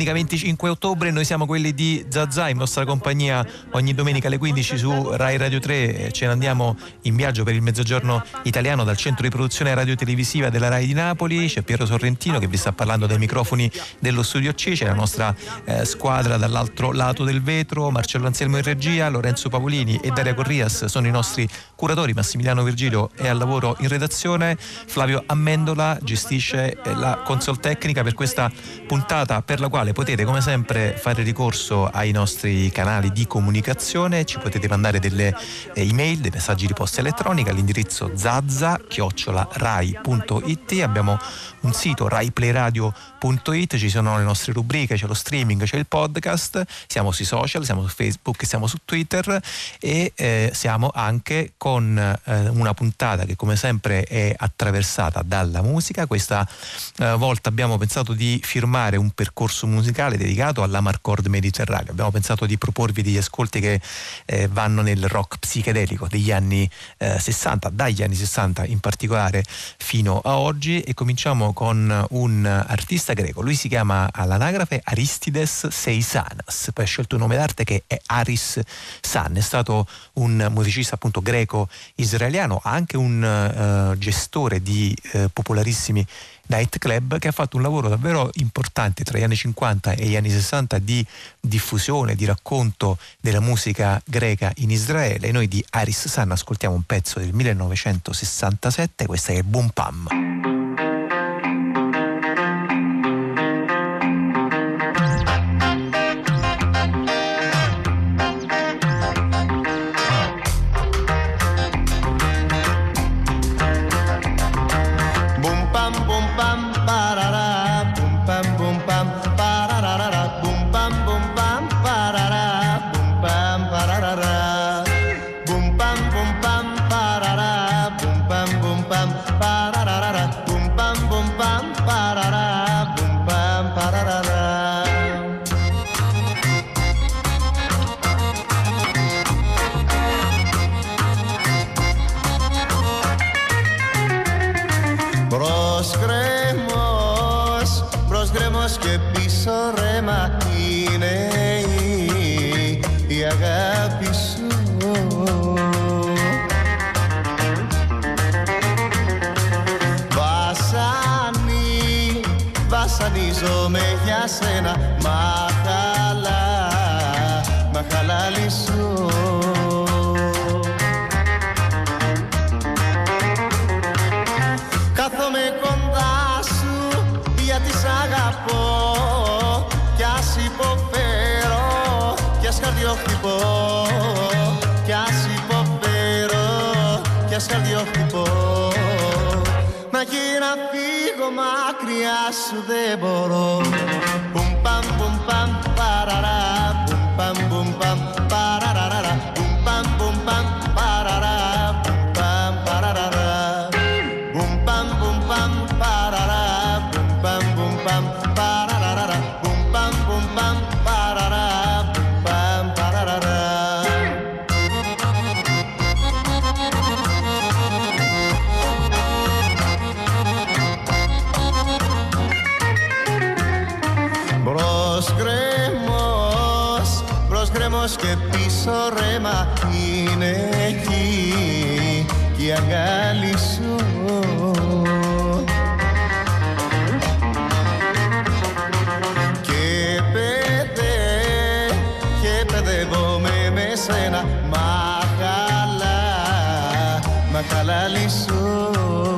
domenica 25 ottobre. Noi siamo quelli di Zazà, in vostra compagnia ogni domenica alle 15 su Rai Radio 3. Ce ne andiamo in viaggio per il mezzogiorno italiano dal centro di produzione radiotelevisiva della Rai di Napoli. C'è Piero Sorrentino che vi sta parlando dai microfoni dello Studio C, c'è la nostra squadra dall'altro lato del vetro, Marcello Anselmo in regia, Lorenzo Pavolini e Daria Corrias sono i nostri curatori, Massimiliano Virgilio è al lavoro in redazione, Flavio Amendola gestisce la console tecnica per questa puntata, per la quale potete come sempre fare ricorso ai nostri canali di comunicazione. Ci potete mandare delle email, dei messaggi di posta elettronica all'indirizzo zazza@rai.it. Abbiamo un sito raiplayradio.it, ci sono le nostre rubriche, c'è lo streaming, c'è il podcast, siamo sui social, siamo su Facebook, siamo su Twitter e siamo anche con una puntata che come sempre è attraversata dalla musica. Questa volta abbiamo pensato di firmare un percorso musicale dedicato all'Amarcord Mediterraneo. Abbiamo pensato di proporvi degli ascolti che vanno nel rock psichedelico degli anni 60, dagli anni 60 in particolare fino a oggi, e cominciamo con un artista greco. Lui si chiama all'anagrafe Aristides Seisanas, poi ha scelto un nome d'arte che è Aris San. È stato un musicista appunto greco-israeliano, anche un gestore di popolarissimi nightclub, che ha fatto un lavoro davvero importante tra gli anni 50 e gli anni 60 di diffusione, di racconto della musica greca in Israele. Noi di Aris San ascoltiamo un pezzo del 1967, questa è Boom Pam. Και πίσω ρέμα είναι η αγάπη σου. Βασανίζομαι για σένα, μα χαλάλι σου. Κάθομαι κοντά σου γιατί σ' αγαπώ, κι ας υποφέρω, κι ας καρδιοχτυπώ, κι ας υποφέρω, κι ας καρδιοχτυπώ. Μα και να φύγω μακριά σου δεν μπορώ. Πουμ παμ πουμ παμ παραρά, πουμ παμ πουμ παμ παραραραρα, πουμ παμ πουμ παμ παραρά, πουμ παμ παραραρα, πουμ παμ πουμ παμ παραρά, πουμ παμ πουμ παμ παραραραρα, πουμ παμ πουμ παμ παραρά, πουμ παμ παραραρα. Μπρος γκρέμος και πίσω ρέμα είναι εκεί κι η αγκάλι σου. Και παιδεύομαι με σένα, μα χαλάλι σου.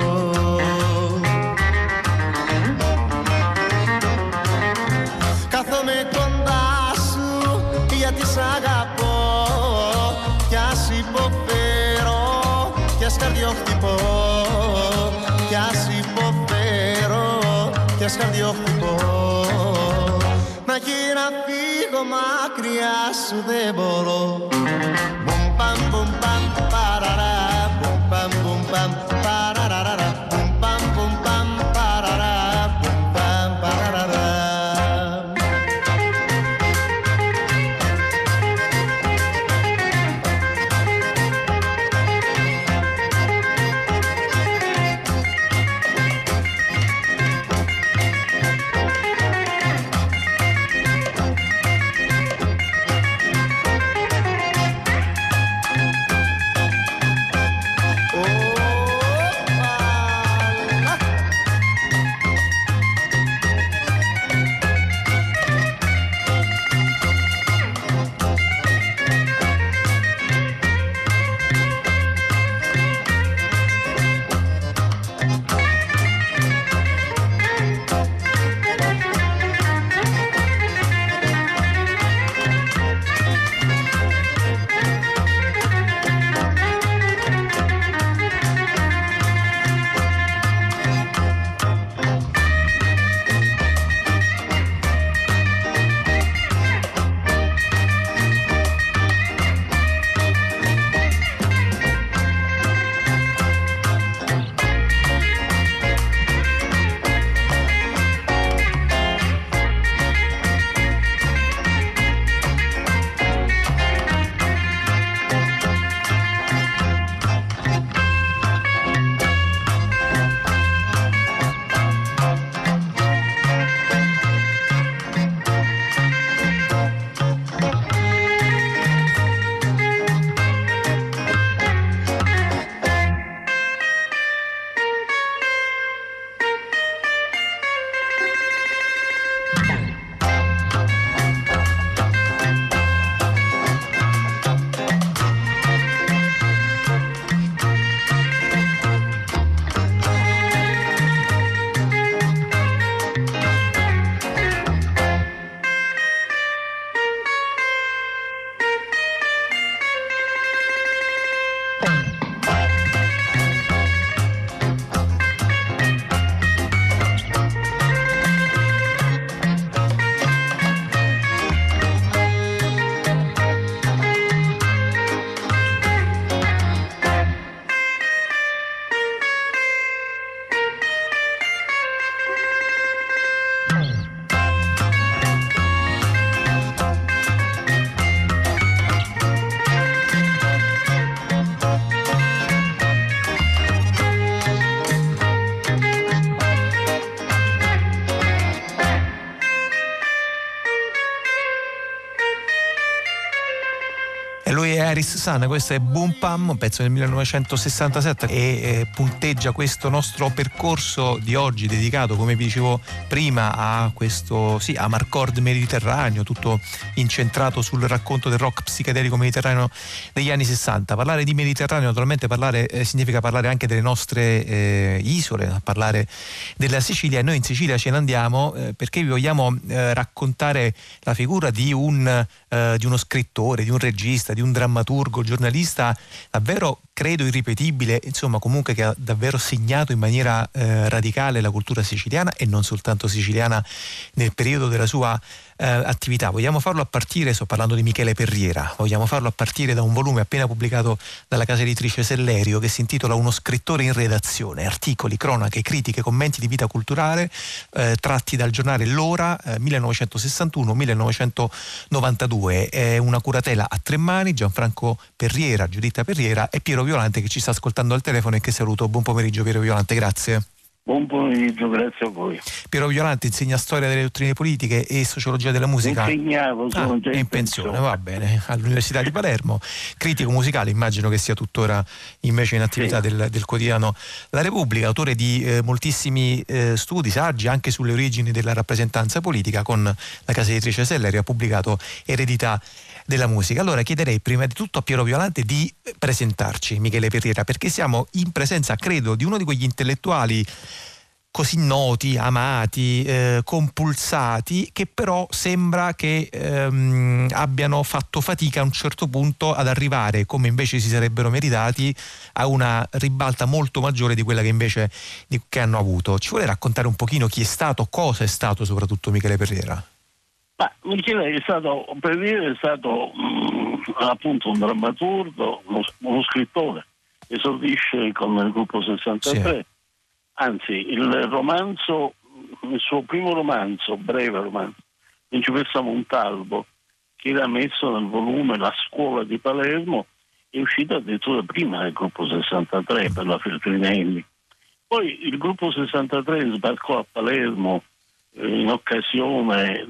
Κάθομαι κοντά σου γιατί σ' αγαπώ, κι ας υποφέρω, κι ας καρδιοχτυπώ, κι ας υποφέρω, κι ας καρδιοχτυπώ. Μα και να φύγω μακριά σου δεν μπορώ. Μπουμ παμ μπουμ παμ παραρά, μπουμ παμ μπουμ παμ παραραραρα, μπουμ παμ μπουμ παμ παραρά, μπουμ παμ παραραρα. E lui è Iris Sun, questo è Boom Pam, un pezzo del 1967 e punteggia questo nostro percorso di oggi dedicato, come vi dicevo prima, a questo amarcord mediterraneo, tutto incentrato sul racconto del rock psichedelico mediterraneo degli anni 60. Parlare di Mediterraneo, naturalmente significa parlare anche delle nostre isole, parlare della Sicilia, e noi in Sicilia ce ne andiamo perché vi vogliamo raccontare la figura di uno scrittore, di un regista, di un drammaturgo, giornalista davvero credo irripetibile, insomma comunque che ha davvero segnato in maniera radicale la cultura siciliana e non soltanto siciliana nel periodo della sua attività. Vogliamo farlo a partire, sto parlando di Michele Perriera, vogliamo farlo a partire da un volume appena pubblicato dalla casa editrice Sellerio che si intitola Uno scrittore in redazione, articoli, cronache, critiche, commenti di vita culturale tratti dal giornale L'Ora 1961-1992. È una curatela a tre mani, Gianfranco Perriera, Giuditta Perriera e Piero Violante che ci sta ascoltando al telefono e che saluto. Buon pomeriggio Piero Violante, grazie. Buon pomeriggio, grazie a voi. Piero Violante insegna storia delle dottrine politiche e sociologia della musica. Insegnavo, sono già in pensione, va bene, all'Università di Palermo. Critico musicale, immagino che sia tuttora invece in attività del quotidiano La Repubblica, autore di moltissimi studi, saggi anche sulle origini della rappresentanza politica. Con la casa editrice Sellerio ha pubblicato Eredità della musica. Allora chiederei prima di tutto a Piero Violante di presentarci Michele Perriera, perché siamo in presenza, credo, di uno di quegli intellettuali così noti, amati, compulsati, che però sembra che abbiano fatto fatica a un certo punto ad arrivare, come invece si sarebbero meritati, a una ribalta molto maggiore di quella che invece che hanno avuto. Ci vuole raccontare un pochino chi è stato, cosa è stato soprattutto Michele Perriera? Michele Perriera è stato appunto un drammaturgo, uno scrittore, esordisce con il gruppo 63. Sì. Anzi, il suo primo romanzo, breve romanzo, Principessa Montalvo, che era messo nel volume La Scuola di Palermo, è uscito addirittura prima del gruppo 63 per la Feltrinelli. Poi il gruppo 63 sbarcò a Palermo in occasione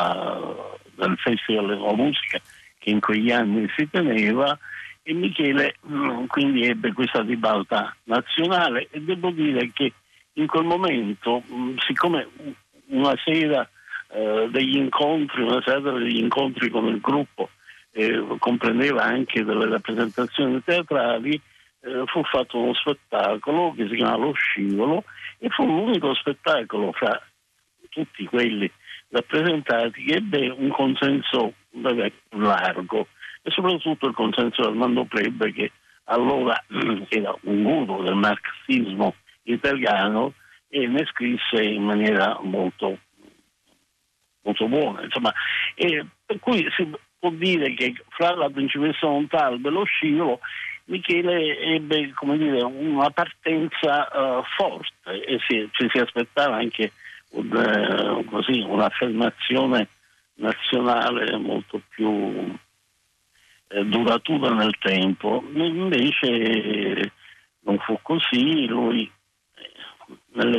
del Festival della Musica che in quegli anni si teneva, e Michele quindi ebbe questa ribalta nazionale, e devo dire che in quel momento, siccome una sera degli incontri con il gruppo comprendeva anche delle rappresentazioni teatrali, fu fatto uno spettacolo che si chiama Lo Scivolo, e fu l'unico spettacolo fra tutti quelli rappresentati che ebbe un consenso largo, e soprattutto il consenso di Armando Plebbe, che allora era un guru del marxismo italiano e ne scrisse in maniera molto, molto buona. Insomma, per cui si può dire che fra la Principessa Montalvo e Lo Scivolo Michele ebbe, come dire, una partenza forte, e ci si aspettava anche un'affermazione nazionale molto più duratura nel tempo. Invece non fu così. Lui nel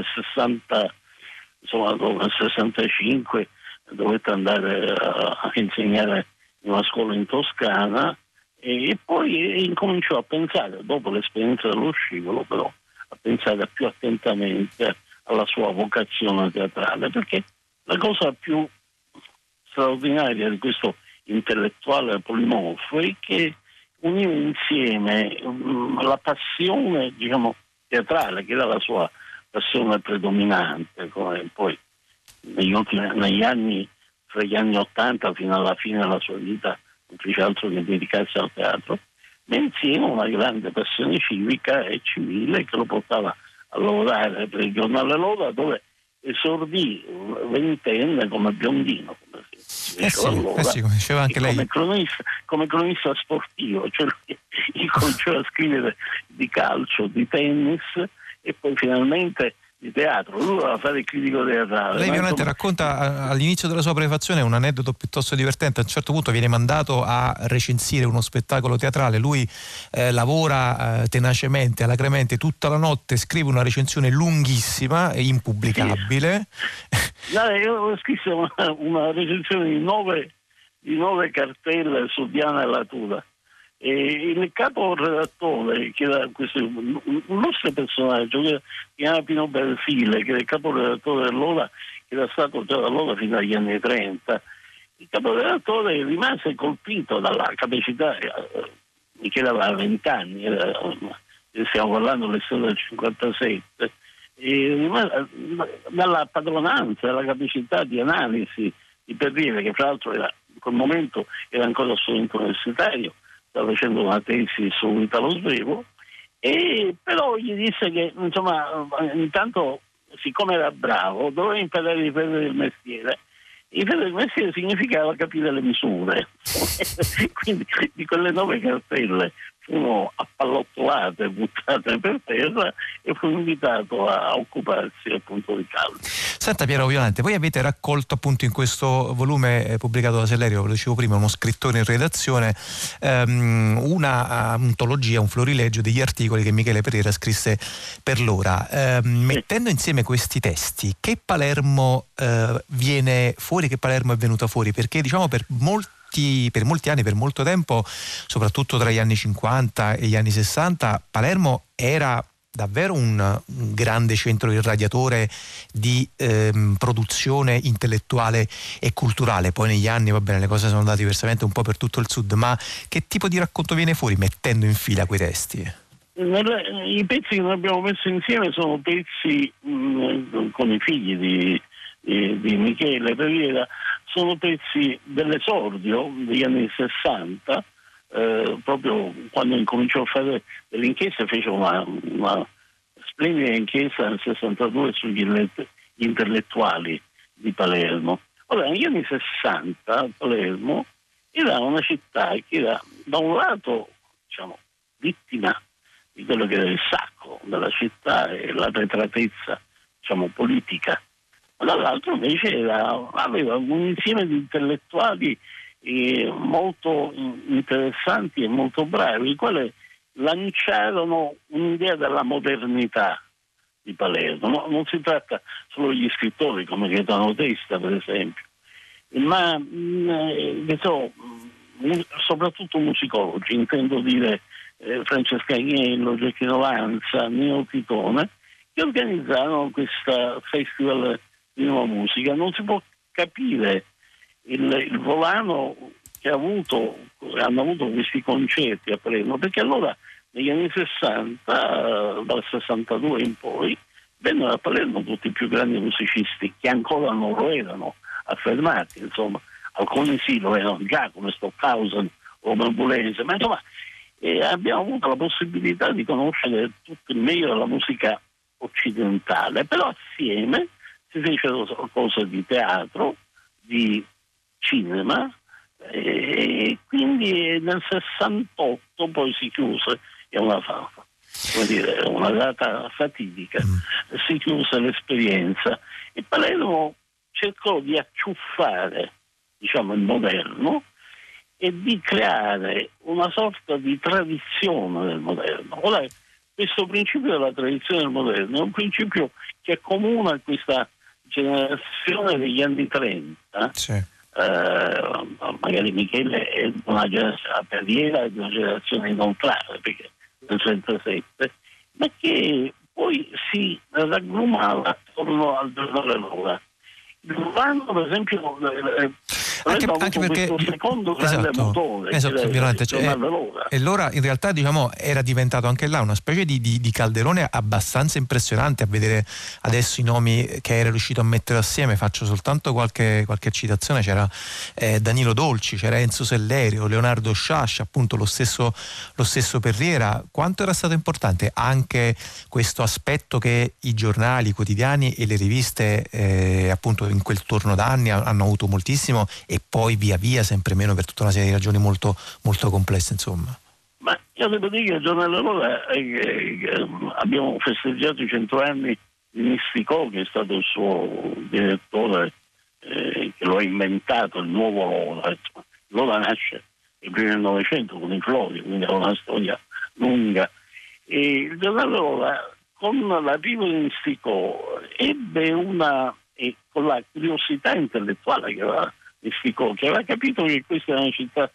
65 dovette andare a insegnare in una scuola in Toscana, e poi incominciò a pensare, dopo l'esperienza dello Scivolo, però a pensare più attentamente alla sua vocazione teatrale, perché la cosa più straordinaria di questo intellettuale polimorfo è che univa insieme la passione, diciamo, teatrale, che era la sua passione predominante, come poi negli anni, fra gli anni 80 fino alla fine della sua vita non fece altro che dedicarsi al teatro, ma insieme una grande passione civica e civile che lo portava a lavorare per il giornale L'Ora, dove esordì ventenne come biondino, come si diceva allora, come diceva anche lei, come cronista sportivo, cioè incominciò a scrivere di calcio, di tennis e poi finalmente di teatro. Lui voleva fare il critico teatrale. Lei Violante racconta all'inizio della sua prefazione un aneddoto piuttosto divertente. A un certo punto viene mandato a recensire uno spettacolo teatrale, lui lavora tenacemente, alacremente tutta la notte, scrive una recensione lunghissima e impubblicabile. Sì. Io scrissi una recensione di 9 cartelle su Diana e Latura, E il capo redattore, che era questo un nostro personaggio, che si chiama Pino Perfile, che era il capo redattore dell'Ola, che era stato già dall'Ola fino agli anni 30, il capo redattore rimase colpito dalla capacità, Michele aveva 20 anni, stiamo parlando dell'estate del 57, dalla padronanza, dalla capacità di analisi di Perfile, che fra l'altro in quel momento era ancora studente universitario, stava facendo una tesi su Italo Svevo, e però gli disse che insomma intanto, siccome era bravo, doveva imparare a ripetere il mestiere. Ripetere il mestiere significava capire le misure. Quindi di quelle 9 cartelle furono appallottolate, buttate per terra, e fu invitato a occuparsi appunto di caldo. Senta Piero Violante, voi avete raccolto appunto in questo volume pubblicato da Sellerio, ve lo dicevo prima, uno scrittore in redazione, una antologia, un florilegio degli articoli che Michele Pereira scrisse per l'Ora. Mettendo insieme questi testi, che Palermo viene fuori, che Palermo è venuta fuori? Perché diciamo per molti anni, per molto tempo, soprattutto tra gli anni 50 e gli anni 60, Palermo era davvero un grande centro irradiatore di produzione intellettuale e culturale. Poi negli anni, va bene, le cose sono andate diversamente un po' per tutto il sud, ma che tipo di racconto viene fuori mettendo in fila quei testi? I pezzi che noi abbiamo messo insieme sono pezzi con i figli di Michele Pereira, sono pezzi dell'esordio degli anni 60, proprio quando incominciò a fare delle inchieste, fece una splendida inchiesta nel 62 sugli intellettuali di Palermo. Ora, negli anni 60 Palermo era una città che era da un lato, diciamo, vittima di quello che era il sacco della città e la retratezza, diciamo, politica, ma dall'altro invece aveva un insieme di intellettuali molto interessanti e molto bravi, i quali lanciarono un'idea della modernità di Palermo. No, non si tratta solo degli scrittori come Gaetano Testa, per esempio, ma soprattutto musicologi, intendo dire Francesca Agnello, Gioacchino Lanza, Nino Titone, che organizzarono questa festival di nuova musica. Non si può capire il volano che hanno avuto questi concerti a Palermo, perché allora negli anni 60, dal 62 in poi, vennero a Palermo tutti i più grandi musicisti che ancora non lo erano affermati, insomma, alcuni sì lo erano già, come Stockhausen o Mambulese, ma insomma abbiamo avuto la possibilità di conoscere tutto il meglio della musica occidentale, però assieme si fecero cose di teatro, di cinema, e quindi nel 68 poi si chiuse, è una data fatidica, si chiuse l'esperienza e Palermo cercò di acciuffare, diciamo, il moderno e di creare una sorta di tradizione del moderno. Ora, questo principio della tradizione del moderno è un principio che accomuna a questa generazione degli anni 30, sì. Magari Michele è una generazione, Perriera è una generazione inoltrata, perché nel 37, ma che poi si raggrumava attorno al giornale L'Ora. L'anno, per esempio, anche perché secondo grande motore, e L'Ora in realtà, diciamo, era diventato anche là una specie di calderone abbastanza impressionante a vedere adesso i nomi che era riuscito a mettere assieme. Faccio soltanto qualche citazione: c'era Danilo Dolci, c'era Enzo Sellerio, Leonardo Sciascia, appunto lo stesso Perriera. Quanto era stato importante anche questo aspetto che i giornali, i quotidiani e le riviste appunto in quel turno d'anni hanno avuto moltissimo, e poi via via sempre meno per tutta una serie di ragioni molto, molto complesse, insomma. Ma io devo dire che il giornale L'Ora abbiamo festeggiato i 100 anni di Misticò, che è stato il suo direttore, che lo ha inventato, il nuovo L'Ora. L'Ora nasce nel primo del Novecento con i Flori, quindi ha una storia lunga, e il giornale L'Ora con l'arrivo di Misticò ebbe e con la curiosità intellettuale che aveva Misticò, che aveva capito che questa è una città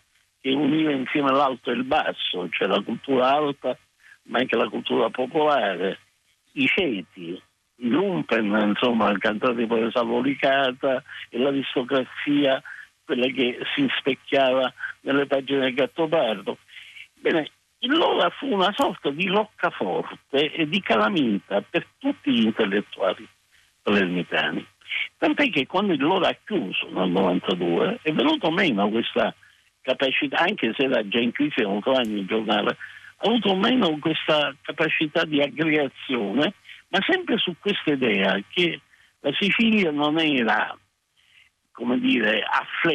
che univa insieme l'alto e il basso, cioè la cultura alta ma anche la cultura popolare, i ceti, i lumpen, insomma, il cantante poi Salvo Licata, e l'aristocrazia, quella che si specchiava nelle pagine del Gattopardo. Bene, Lola fu una sorta di roccaforte e di calamita per tutti gli intellettuali palermitani. Tant'è che quando il Lola ha chiuso nel 92 è venuto meno questa capacità, anche se era già in crisi da molto anni il giornale, ha avuto meno questa capacità di aggregazione, ma sempre su questa idea che la Sicilia non era, come dire,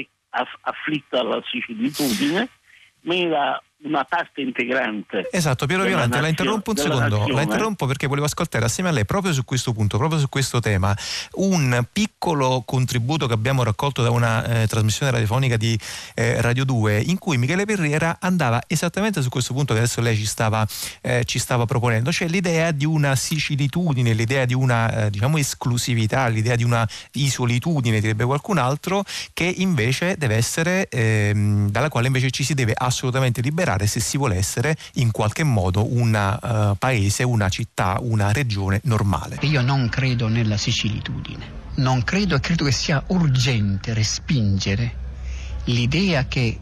afflitta alla sicilitudine, ma era una parte integrante. Esatto, Piero Violante, la interrompo un secondo, nazione. La interrompo perché volevo ascoltare assieme a lei proprio su questo punto, proprio su questo tema, un piccolo contributo che abbiamo raccolto da una trasmissione radiofonica di Radio 2, in cui Michele Perriera andava esattamente su questo punto che adesso lei ci stava proponendo, cioè l'idea di una sicilitudine, l'idea di una diciamo esclusività, l'idea di una isolitudine, direbbe qualcun altro, che invece deve essere dalla quale invece ci si deve assolutamente liberare se si vuole essere in qualche modo un paese, una città, una regione normale. Io non credo nella sicilitudine, non credo, e credo che sia urgente respingere l'idea che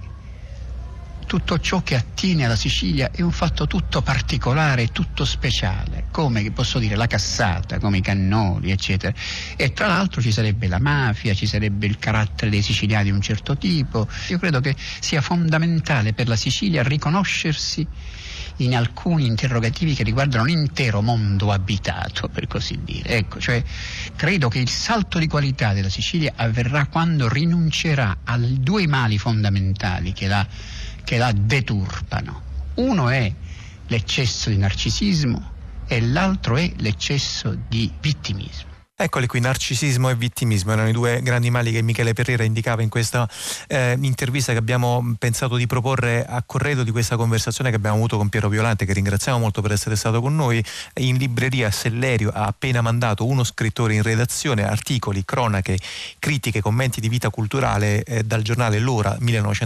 tutto ciò che attiene alla Sicilia è un fatto tutto particolare, tutto speciale, come posso dire la cassata, come i cannoli, eccetera. E tra l'altro ci sarebbe la mafia, ci sarebbe il carattere dei siciliani di un certo tipo. Io credo che sia fondamentale per la Sicilia riconoscersi in alcuni interrogativi che riguardano l'intero mondo abitato, per così dire. Ecco, cioè credo che il salto di qualità della Sicilia avverrà quando rinuncerà a due mali fondamentali che la deturpano. Uno è l'eccesso di narcisismo e l'altro è l'eccesso di vittimismo. Eccoli qui, narcisismo e vittimismo erano i due grandi mali che Michele Perriera indicava in questa intervista che abbiamo pensato di proporre a corredo di questa conversazione che abbiamo avuto con Piero Violante, che ringraziamo molto per essere stato con noi. In libreria Sellerio ha appena mandato uno scrittore in redazione, articoli, cronache, critiche, commenti di vita culturale dal giornale L'Ora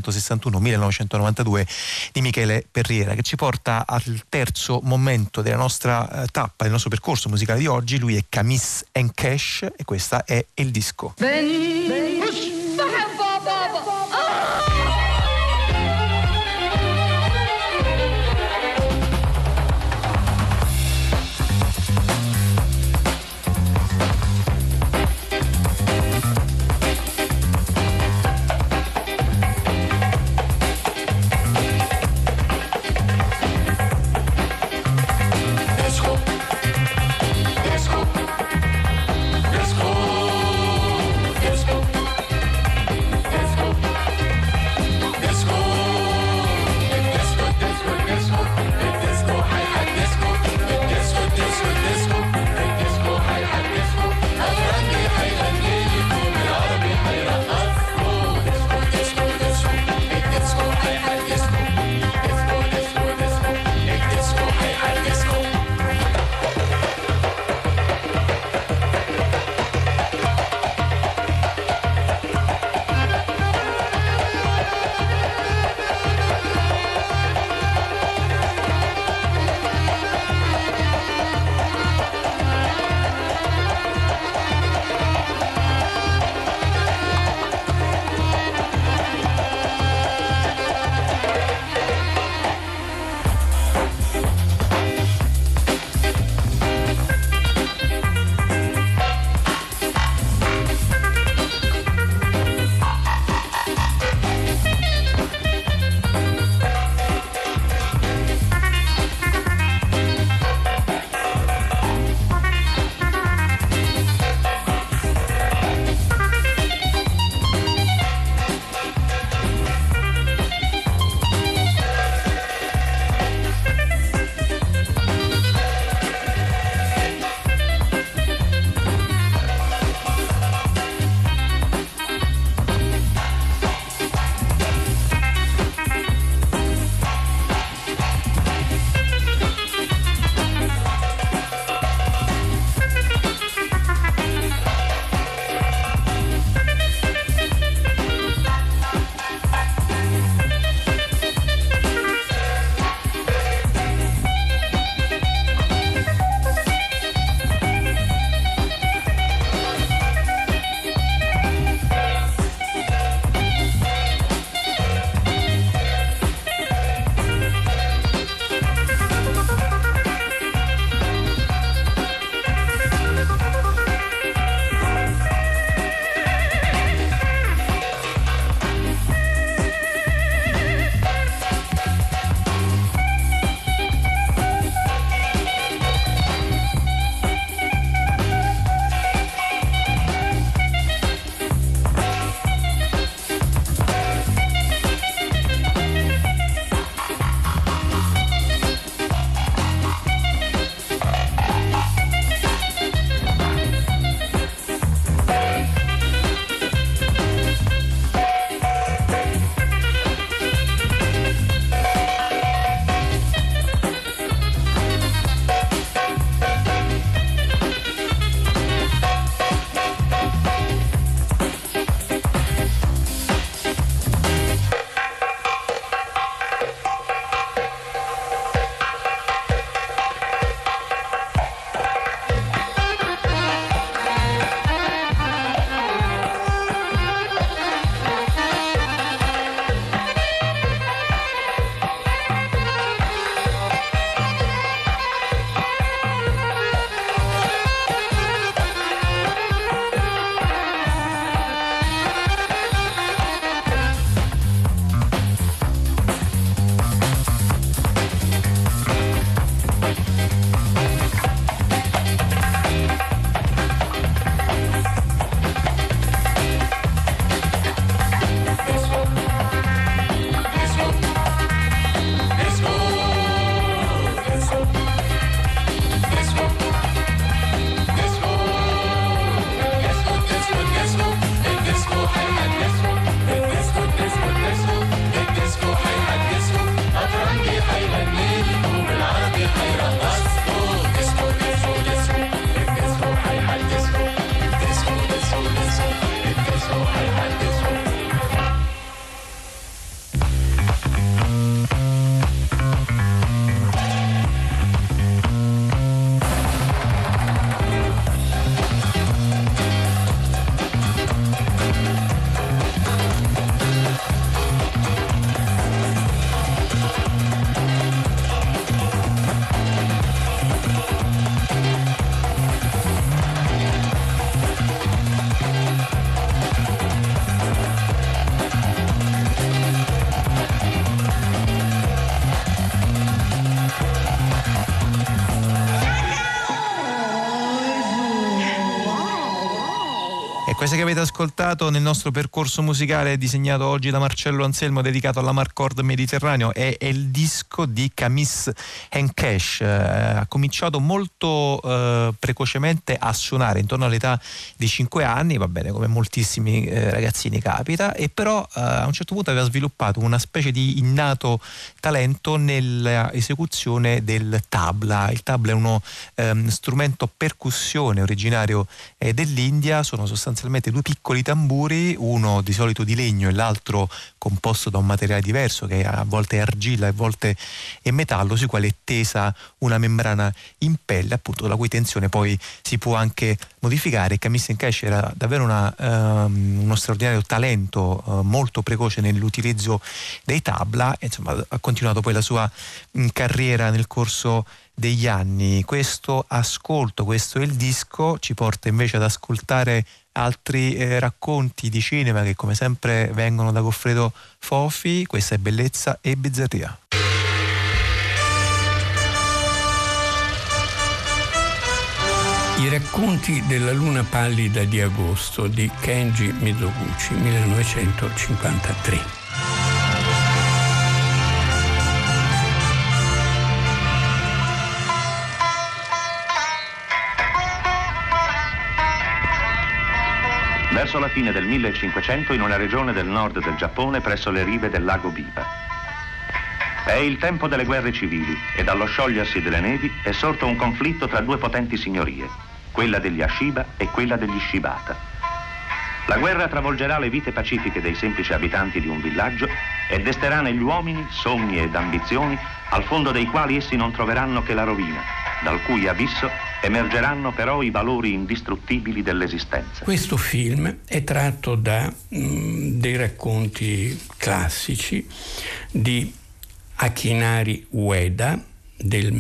1961-1992 di Michele Perriera, che ci porta al terzo momento della nostra tappa, del nostro percorso musicale di oggi. Lui è Camis and Cash e questa è il disco. Disco. Paese che avete ascoltato nel nostro percorso musicale disegnato oggi da Marcello Anselmo, dedicato all'Amarcord Mediterraneo, è il disco di Kamis Henkesh. Ha cominciato molto precocemente a suonare intorno all'età di 5 anni, va bene, come moltissimi ragazzini capita, e però a un certo punto aveva sviluppato una specie di innato talento nell'esecuzione del tabla. Il tabla è uno strumento percussione originario dell'India. Sono sostanzialmente due piccoli tamburi, uno di solito di legno e l'altro composto da un materiale diverso, che a volte è argilla e a volte è metallo, sui quali è tesa una membrana in pelle, appunto, la cui tensione poi si può anche modificare. Kamis Henkesh era davvero uno straordinario talento, molto precoce nell'utilizzo dei tabla, e insomma ha continuato poi la sua carriera nel corso degli anni. Questo è il disco, ci porta invece ad ascoltare altri racconti di cinema che come sempre vengono da Goffredo Fofi. Questa è Bellezza e bizzarria. I racconti della luna pallida di agosto di Kenji Mizoguchi, 1953. Verso la fine del 1500, in una regione del nord del Giappone, presso le rive del lago Biwa. È il tempo delle guerre civili e dallo sciogliersi delle nevi è sorto un conflitto tra due potenti signorie, quella degli Ashiba e quella degli Shibata. La guerra travolgerà le vite pacifiche dei semplici abitanti di un villaggio e desterà negli uomini sogni ed ambizioni al fondo dei quali essi non troveranno che la rovina, dal cui abisso emergeranno però i valori indistruttibili dell'esistenza. Questo film è tratto da dei racconti classici di Akinari Ueda del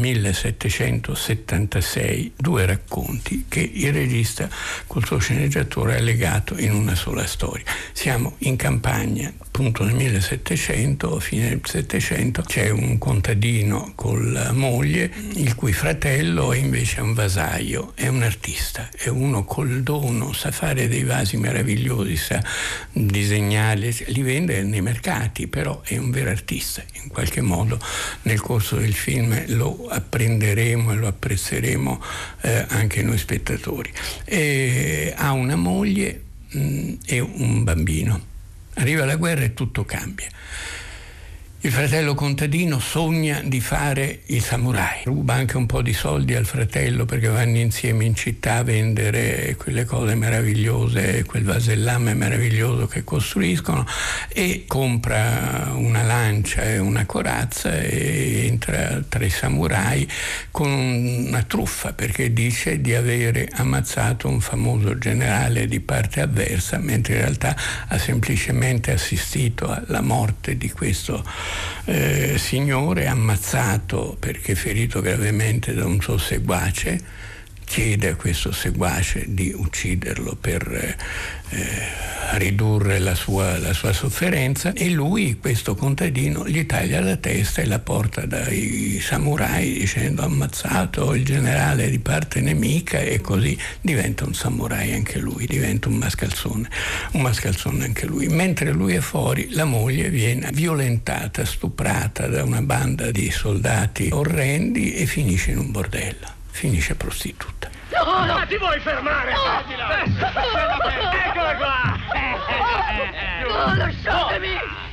1776, due racconti che il regista col suo sceneggiatore ha legato in una sola storia. Siamo in campagna, appunto nel 1700, fine del 700, c'è un contadino con la moglie, il cui fratello è invece un vasaio, è un artista, è uno col dono, sa fare dei vasi meravigliosi, sa disegnare, li vende nei mercati, però è un vero artista. In qualche modo nel corso del film lo apprenderemo e lo apprezzeremo anche noi spettatori. Ha una moglie e un bambino. Arriva la guerra e tutto cambia. Il fratello contadino sogna di fare il samurai, ruba anche un po' di soldi al fratello perché vanno insieme in città a vendere quelle cose meravigliose, quel vasellame meraviglioso che costruiscono, e compra una lancia e una corazza e entra tra i samurai con una truffa, perché dice di avere ammazzato un famoso generale di parte avversa, mentre in realtà ha semplicemente assistito alla morte di questo signore, ammazzato perché ferito gravemente da un suo seguace. Chiede a questo seguace di ucciderlo per ridurre la sua sofferenza, e lui, questo contadino, gli taglia la testa e la porta dai samurai dicendo: ammazzato il generale di parte nemica, e così diventa un samurai anche lui, diventa un mascalzone anche lui. Mentre lui è fuori, la moglie viene violentata, stuprata da una banda di soldati orrendi e finisce in un bordello, finisce prostituta. No, ma ti vuoi fermare? Eccola qua! No, lasciatemi!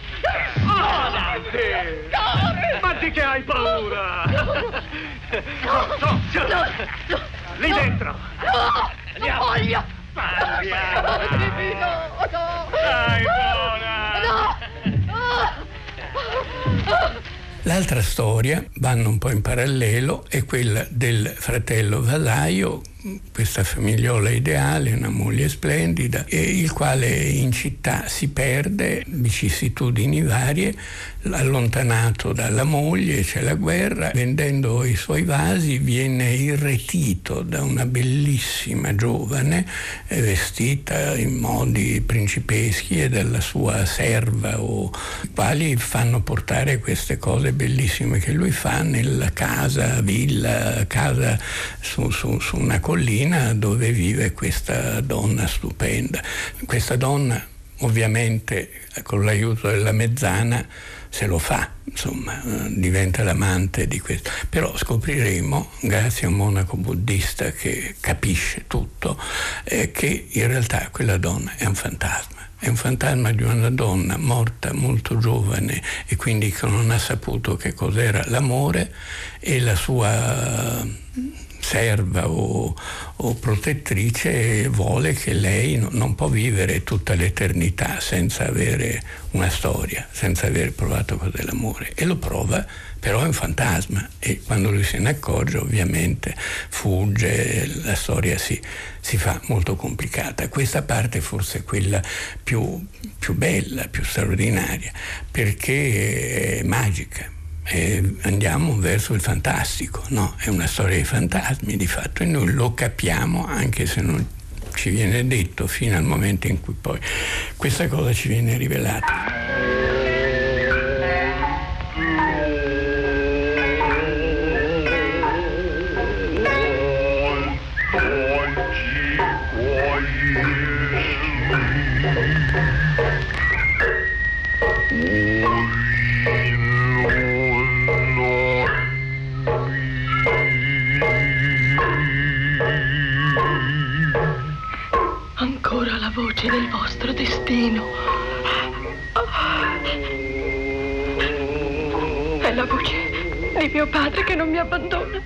Ma di che hai paura? Lì dentro! No, non voglio! Andiamo! Dai, buona! L'altra storia, vanno un po' in parallelo, è quella del fratello vasaio, questa famigliola ideale, una moglie splendida, e il quale in città si perde, vicissitudini varie, allontanato dalla moglie, c'è la guerra, vendendo i suoi vasi viene irretito da una bellissima giovane vestita in modi principeschi e dalla sua serva o quali fanno portare queste cose bellissime che lui fa nella villa su una collina dove vive questa donna stupenda. Questa donna ovviamente con l'aiuto della mezzana se lo fa, insomma, diventa l'amante di questo. Però scopriremo, grazie a un monaco buddista che capisce tutto, che in realtà quella donna è un fantasma. È un fantasma di una donna morta molto giovane e quindi che non ha saputo che cos'era l'amore, e la sua serva o protettrice vuole che lei non può vivere tutta l'eternità senza avere una storia, senza aver provato cos'è l'amore, e lo prova, però è un fantasma, e quando lui se ne accorge ovviamente fugge, la storia si fa molto complicata. Questa parte forse è quella più bella, più straordinaria, perché è magica. Andiamo verso il fantastico, no? È una storia di fantasmi di fatto, e noi lo capiamo anche se non ci viene detto fino al momento in cui poi questa cosa ci viene rivelata. Ancora la voce del vostro destino. È la voce di mio padre che non mi abbandona.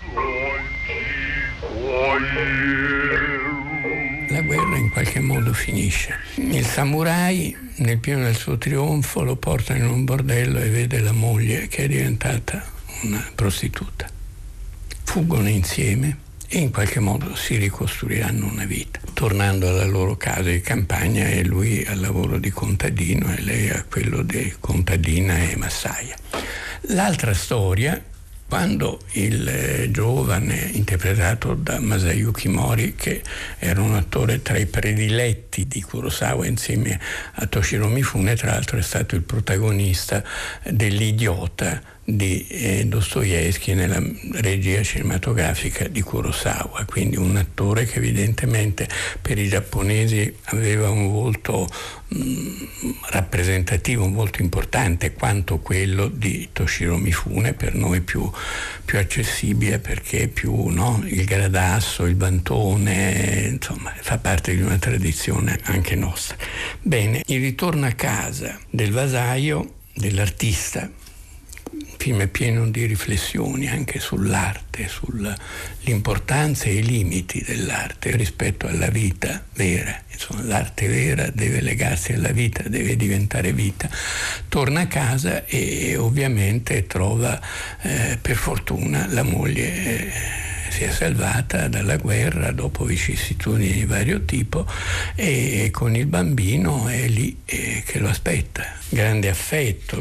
La guerra in qualche modo finisce. Il samurai, nel pieno del suo trionfo, lo porta in un bordello e vede la moglie che è diventata una prostituta. Fuggono insieme e in qualche modo si ricostruiranno una vita, tornando alla loro casa di campagna, e lui al lavoro di contadino e lei a quello di contadina e massaia. L'altra storia, quando il giovane, interpretato da Masayuki Mori, che era un attore tra i prediletti di Kurosawa insieme a Toshiro Mifune, tra l'altro è stato il protagonista dell'Idiota di Dostoevsky nella regia cinematografica di Kurosawa, quindi un attore che evidentemente per i giapponesi aveva un volto rappresentativo, un volto importante quanto quello di Toshiro Mifune, per noi più accessibile perché è più, no? Il gradasso, il bantone, insomma fa parte di una tradizione anche nostra. Bene, il ritorno a casa del vasaio, dell'artista. Il film è pieno di riflessioni anche sull'arte, sull'importanza e i limiti dell'arte rispetto alla vita vera. Insomma, l'arte vera deve legarsi alla vita, deve diventare vita. Torna a casa e ovviamente trova, per fortuna, la moglie si è salvata dalla guerra dopo vicissitudini di vario tipo, e con il bambino è lì che lo aspetta. Grande affetto,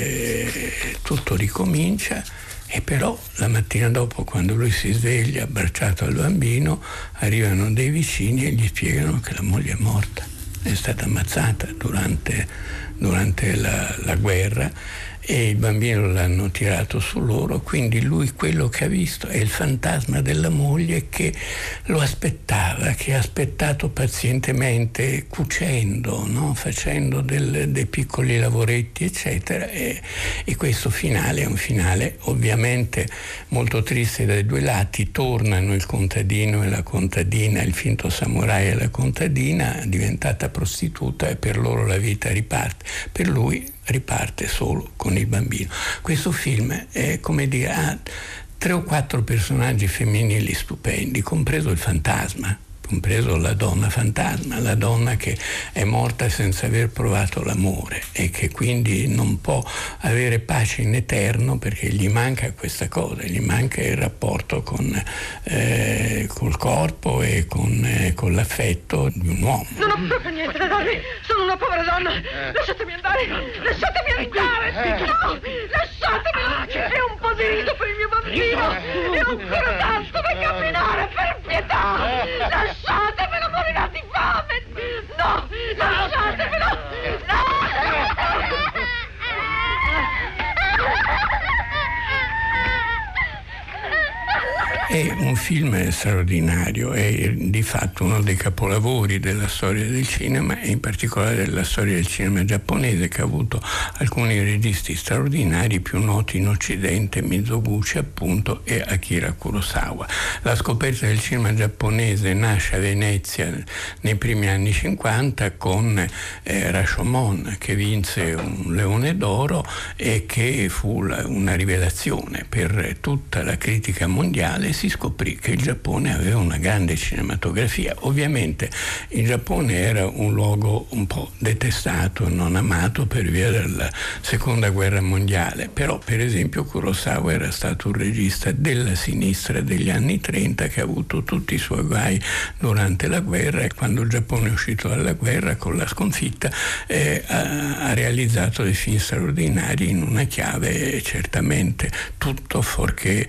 tutto ricomincia, e però la mattina dopo, quando lui si sveglia abbracciato al bambino, arrivano dei vicini e gli spiegano che la moglie è morta, è stata ammazzata durante la guerra, e il bambino l'hanno tirato su loro. Quindi lui quello che ha visto è il fantasma della moglie che lo aspettava, che ha aspettato pazientemente, cucendo, no? Facendo dei piccoli lavoretti eccetera, e questo finale è un finale ovviamente molto triste dai due lati. Tornano il contadino e la contadina, il finto samurai e la contadina diventata prostituta, e per loro la vita riparte. Per lui riparte solo con il bambino. Questo film è, come dire, ha 3 o 4 personaggi femminili stupendi, compreso il fantasma, compreso la donna fantasma, la donna che è morta senza aver provato l'amore e che quindi non può avere pace in eterno perché gli manca questa cosa, gli manca il rapporto col corpo e con l'affetto di un uomo. Non ho proprio niente da darvi, sono una povera donna. Lasciatemi andare, lasciatemi andare. No, lasciatemi, è un po' di riso per il mio bambino e ho ancora tanto da camminare, per pietà. Lasciatemelo, morirà di fame. No, lasciatemelo. No. È un film straordinario, è di fatto uno dei capolavori della storia del cinema e in particolare della storia del cinema giapponese, che ha avuto alcuni registi straordinari, più noti in Occidente, Mizoguchi appunto e Akira Kurosawa. La scoperta del cinema giapponese nasce a Venezia nei primi anni 50 con Rashomon, che vinse un Leone d'Oro e che fu una rivelazione per tutta la critica mondiale. Si scoprì che il Giappone aveva una grande cinematografia. Ovviamente il Giappone era un luogo un po' detestato e non amato per via della seconda guerra mondiale, però per esempio Kurosawa era stato un regista della sinistra degli anni 30 che ha avuto tutti i suoi guai durante la guerra, e quando il Giappone è uscito dalla guerra con la sconfitta ha realizzato dei film straordinari in una chiave certamente tutto fuorché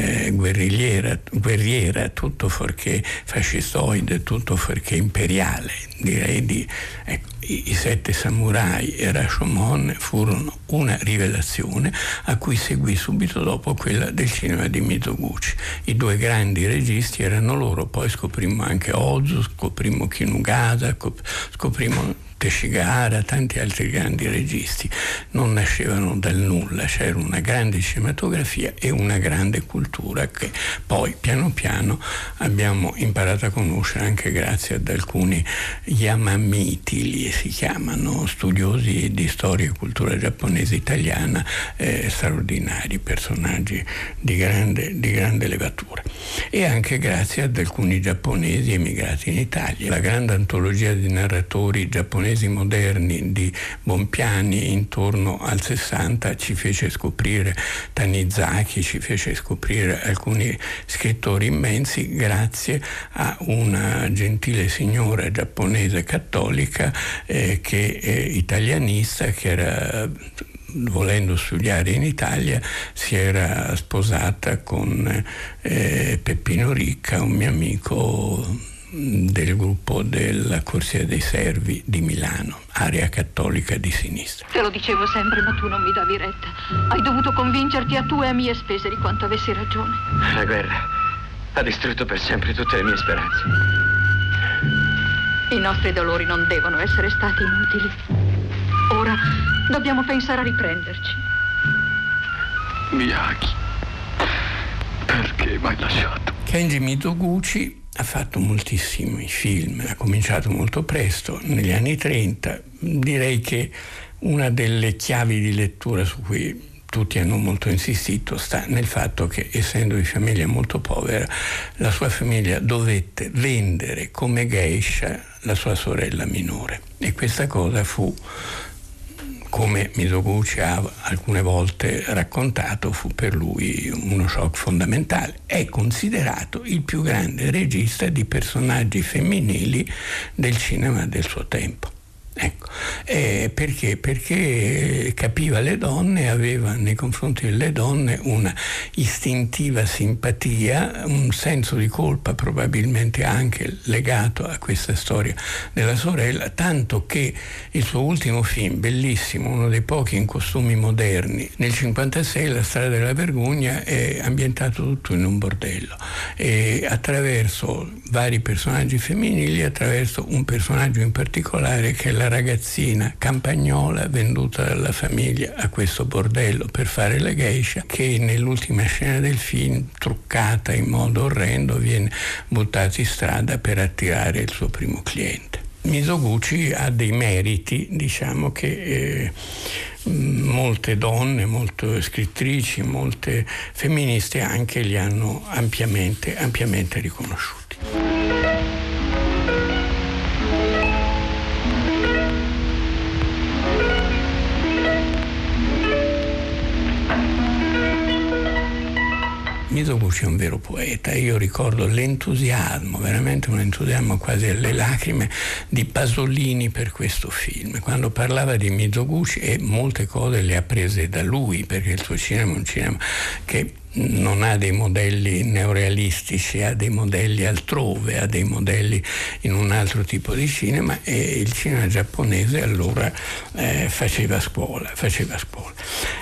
guerriera, tutto fuorché fascistoide, tutto fuorché imperiale. Direi i Sette Samurai e Rashomon furono una rivelazione a cui seguì subito dopo quella del cinema di Mizoguchi. I due grandi registi erano loro, poi scoprimmo anche Ozu, scoprimmo Kinugasa, scoprimmo Teshigahara, tanti altri grandi registi. Non nascevano dal nulla, c'era una grande cinematografia e una grande cultura che poi piano piano abbiamo imparato a conoscere anche grazie ad alcuni Yamamiti, si chiamano, studiosi di storia e cultura giapponese italiana, straordinari, personaggi di grande levatura. E anche grazie ad alcuni giapponesi emigrati in Italia. La grande antologia di narratori giapponesi moderni di Bompiani intorno al 60 ci fece scoprire Tanizaki, ci fece scoprire alcuni scrittori immensi grazie a una gentile signora giapponese cattolica che è italianista, che era, volendo studiare in Italia, si era sposata con Peppino Ricca, un mio amico del gruppo della Corsia dei Servi di Milano, area cattolica di sinistra. Te lo dicevo sempre, ma tu non mi davi retta. Hai dovuto convincerti a tue e a mie spese di quanto avessi ragione. La guerra ha distrutto per sempre tutte le mie speranze. I nostri dolori non devono essere stati inutili. Ora dobbiamo pensare a riprenderci. Miyagi, perché mi hai lasciato? Kenji Mizoguchi ha fatto moltissimi film, ha cominciato molto presto, negli anni 30. Direi che una delle chiavi di lettura su cui tutti hanno molto insistito sta nel fatto che, essendo di famiglia molto povera, la sua famiglia dovette vendere come geisha la sua sorella minore, e questa cosa fu, come Mizoguchi ha alcune volte raccontato, fu per lui uno shock fondamentale. È considerato il più grande regista di personaggi femminili del cinema del suo tempo. Ecco, perché? Perché capiva le donne, aveva nei confronti delle donne una istintiva simpatia, un senso di colpa probabilmente anche legato a questa storia della sorella, tanto che il suo ultimo film, bellissimo, uno dei pochi in costumi moderni, nel 1956, La strada della vergogna, è ambientato tutto in un bordello, e attraverso vari personaggi femminili, attraverso un personaggio in particolare che è la ragazzina campagnola venduta dalla famiglia a questo bordello per fare la geisha, che nell'ultima scena del film, truccata in modo orrendo, viene buttata in strada per attirare il suo primo cliente. Mizoguchi ha dei meriti, diciamo, che molte donne, molte scrittrici, molte femministe anche li hanno ampiamente riconosciuti. Mizoguchi è un vero poeta. Io ricordo l'entusiasmo, veramente un entusiasmo quasi alle lacrime, di Pasolini per questo film. Quando parlava di Mizoguchi, e molte cose le ha prese da lui, perché il suo cinema è un cinema che non ha dei modelli neorealistici, ha dei modelli altrove, ha dei modelli in un altro tipo di cinema, e il cinema giapponese allora faceva scuola.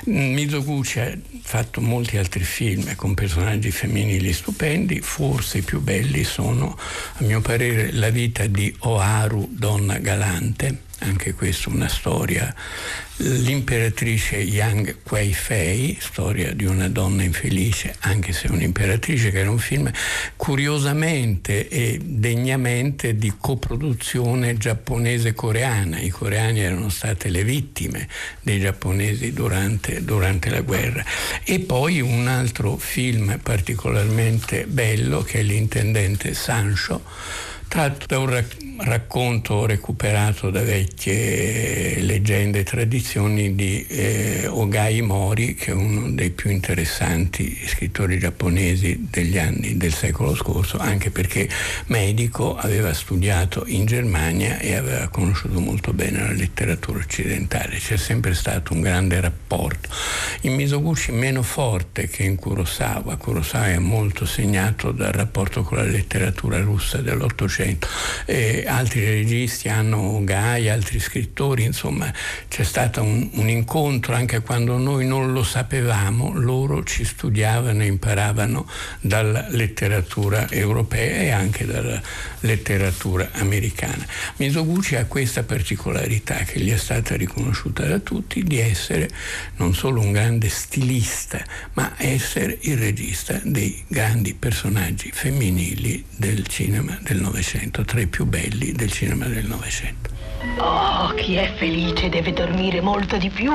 Mizoguchi ha fatto molti altri film con personaggi femminili stupendi, forse i più belli sono, a mio parere, La vita di Oharu, donna galante, anche questa una storia, L'imperatrice Yang Kuei-fei, storia di una donna infelice, anche se un'imperatrice, che era un film curiosamente e degnamente di coproduzione giapponese-coreana. I coreani erano state le vittime dei giapponesi durante la guerra. E poi un altro film particolarmente bello, che è L'intendente Sancho, tratto da un racconto recuperato da vecchie leggende e tradizioni di Ogai Mori, che è uno dei più interessanti scrittori giapponesi degli anni del secolo scorso, anche perché medico, aveva studiato in Germania e aveva conosciuto molto bene la letteratura occidentale. C'è sempre stato un grande rapporto. In Mizoguchi meno forte che in Kurosawa. Kurosawa è molto segnato dal rapporto con la letteratura russa dell'Ottocento. Altri registi hanno Ogai, altri scrittori, insomma c'è stato un incontro, anche quando noi non lo sapevamo, loro ci studiavano e imparavano dalla letteratura europea e anche dalla letteratura americana. Mizoguchi ha questa particolarità, che gli è stata riconosciuta da tutti, di essere non solo un grande stilista, ma essere il regista dei grandi personaggi femminili del cinema del Novecento, tra i più belli del cinema del Novecento. Oh, chi è felice deve dormire molto di più.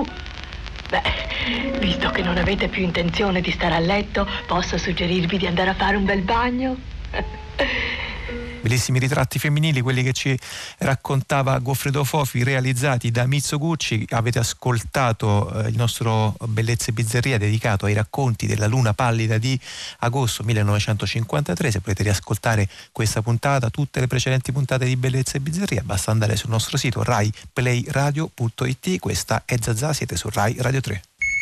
Beh, visto che non avete più intenzione di stare a letto, posso suggerirvi di andare a fare un bel bagno? Bellissimi ritratti femminili, quelli che ci raccontava Goffredo Fofi, realizzati da Mizoguchi. Avete ascoltato il nostro Bellezza e Bizzarria dedicato ai racconti della luna pallida di agosto 1953. Se volete riascoltare questa puntata, tutte le precedenti puntate di Bellezza e Bizzarria, basta andare sul nostro sito raiplayradio.it. Questa è Zazà, siete su Rai Radio 3.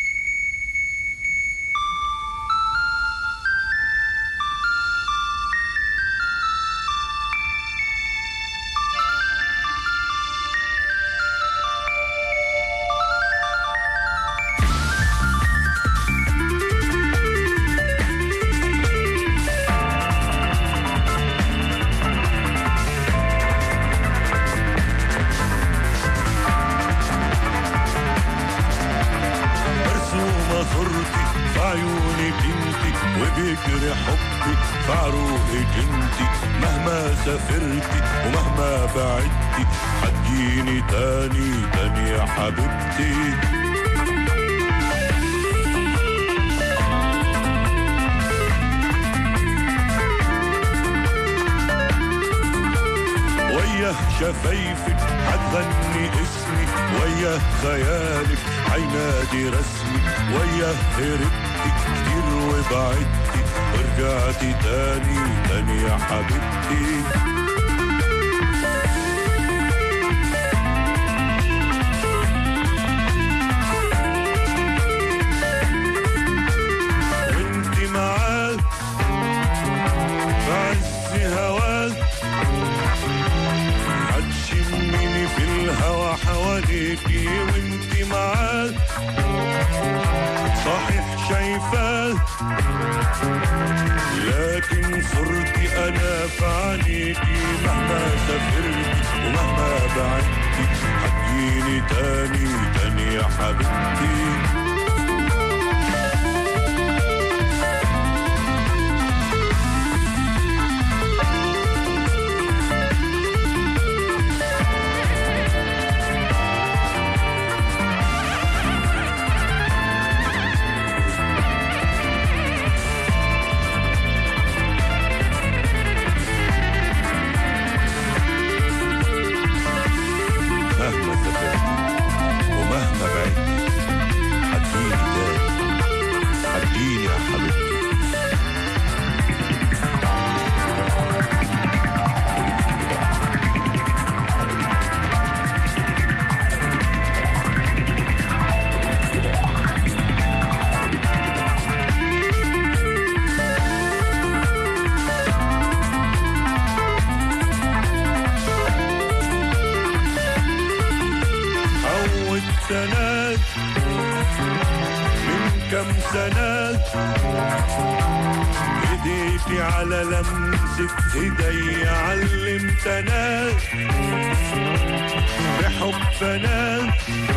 شفايفك هتغني اسمي وياه خيالك هينادي رسمي وياه هربتي كتير وبعدتي ورجعتي تاني يا حبيبتي وانتي معاه بعز هواه هتشميني في الهوا حواليكي وانتي معاه صحيح شايفاه لكن صرتي انا في عينيكي مهما سافرتي ومهما بعدتي هتجيني تاني يا حبيبتي مهما سافرت ومهما بعدت من كم سنة ايديكي على لمسة ايدي علمتنا بحبنا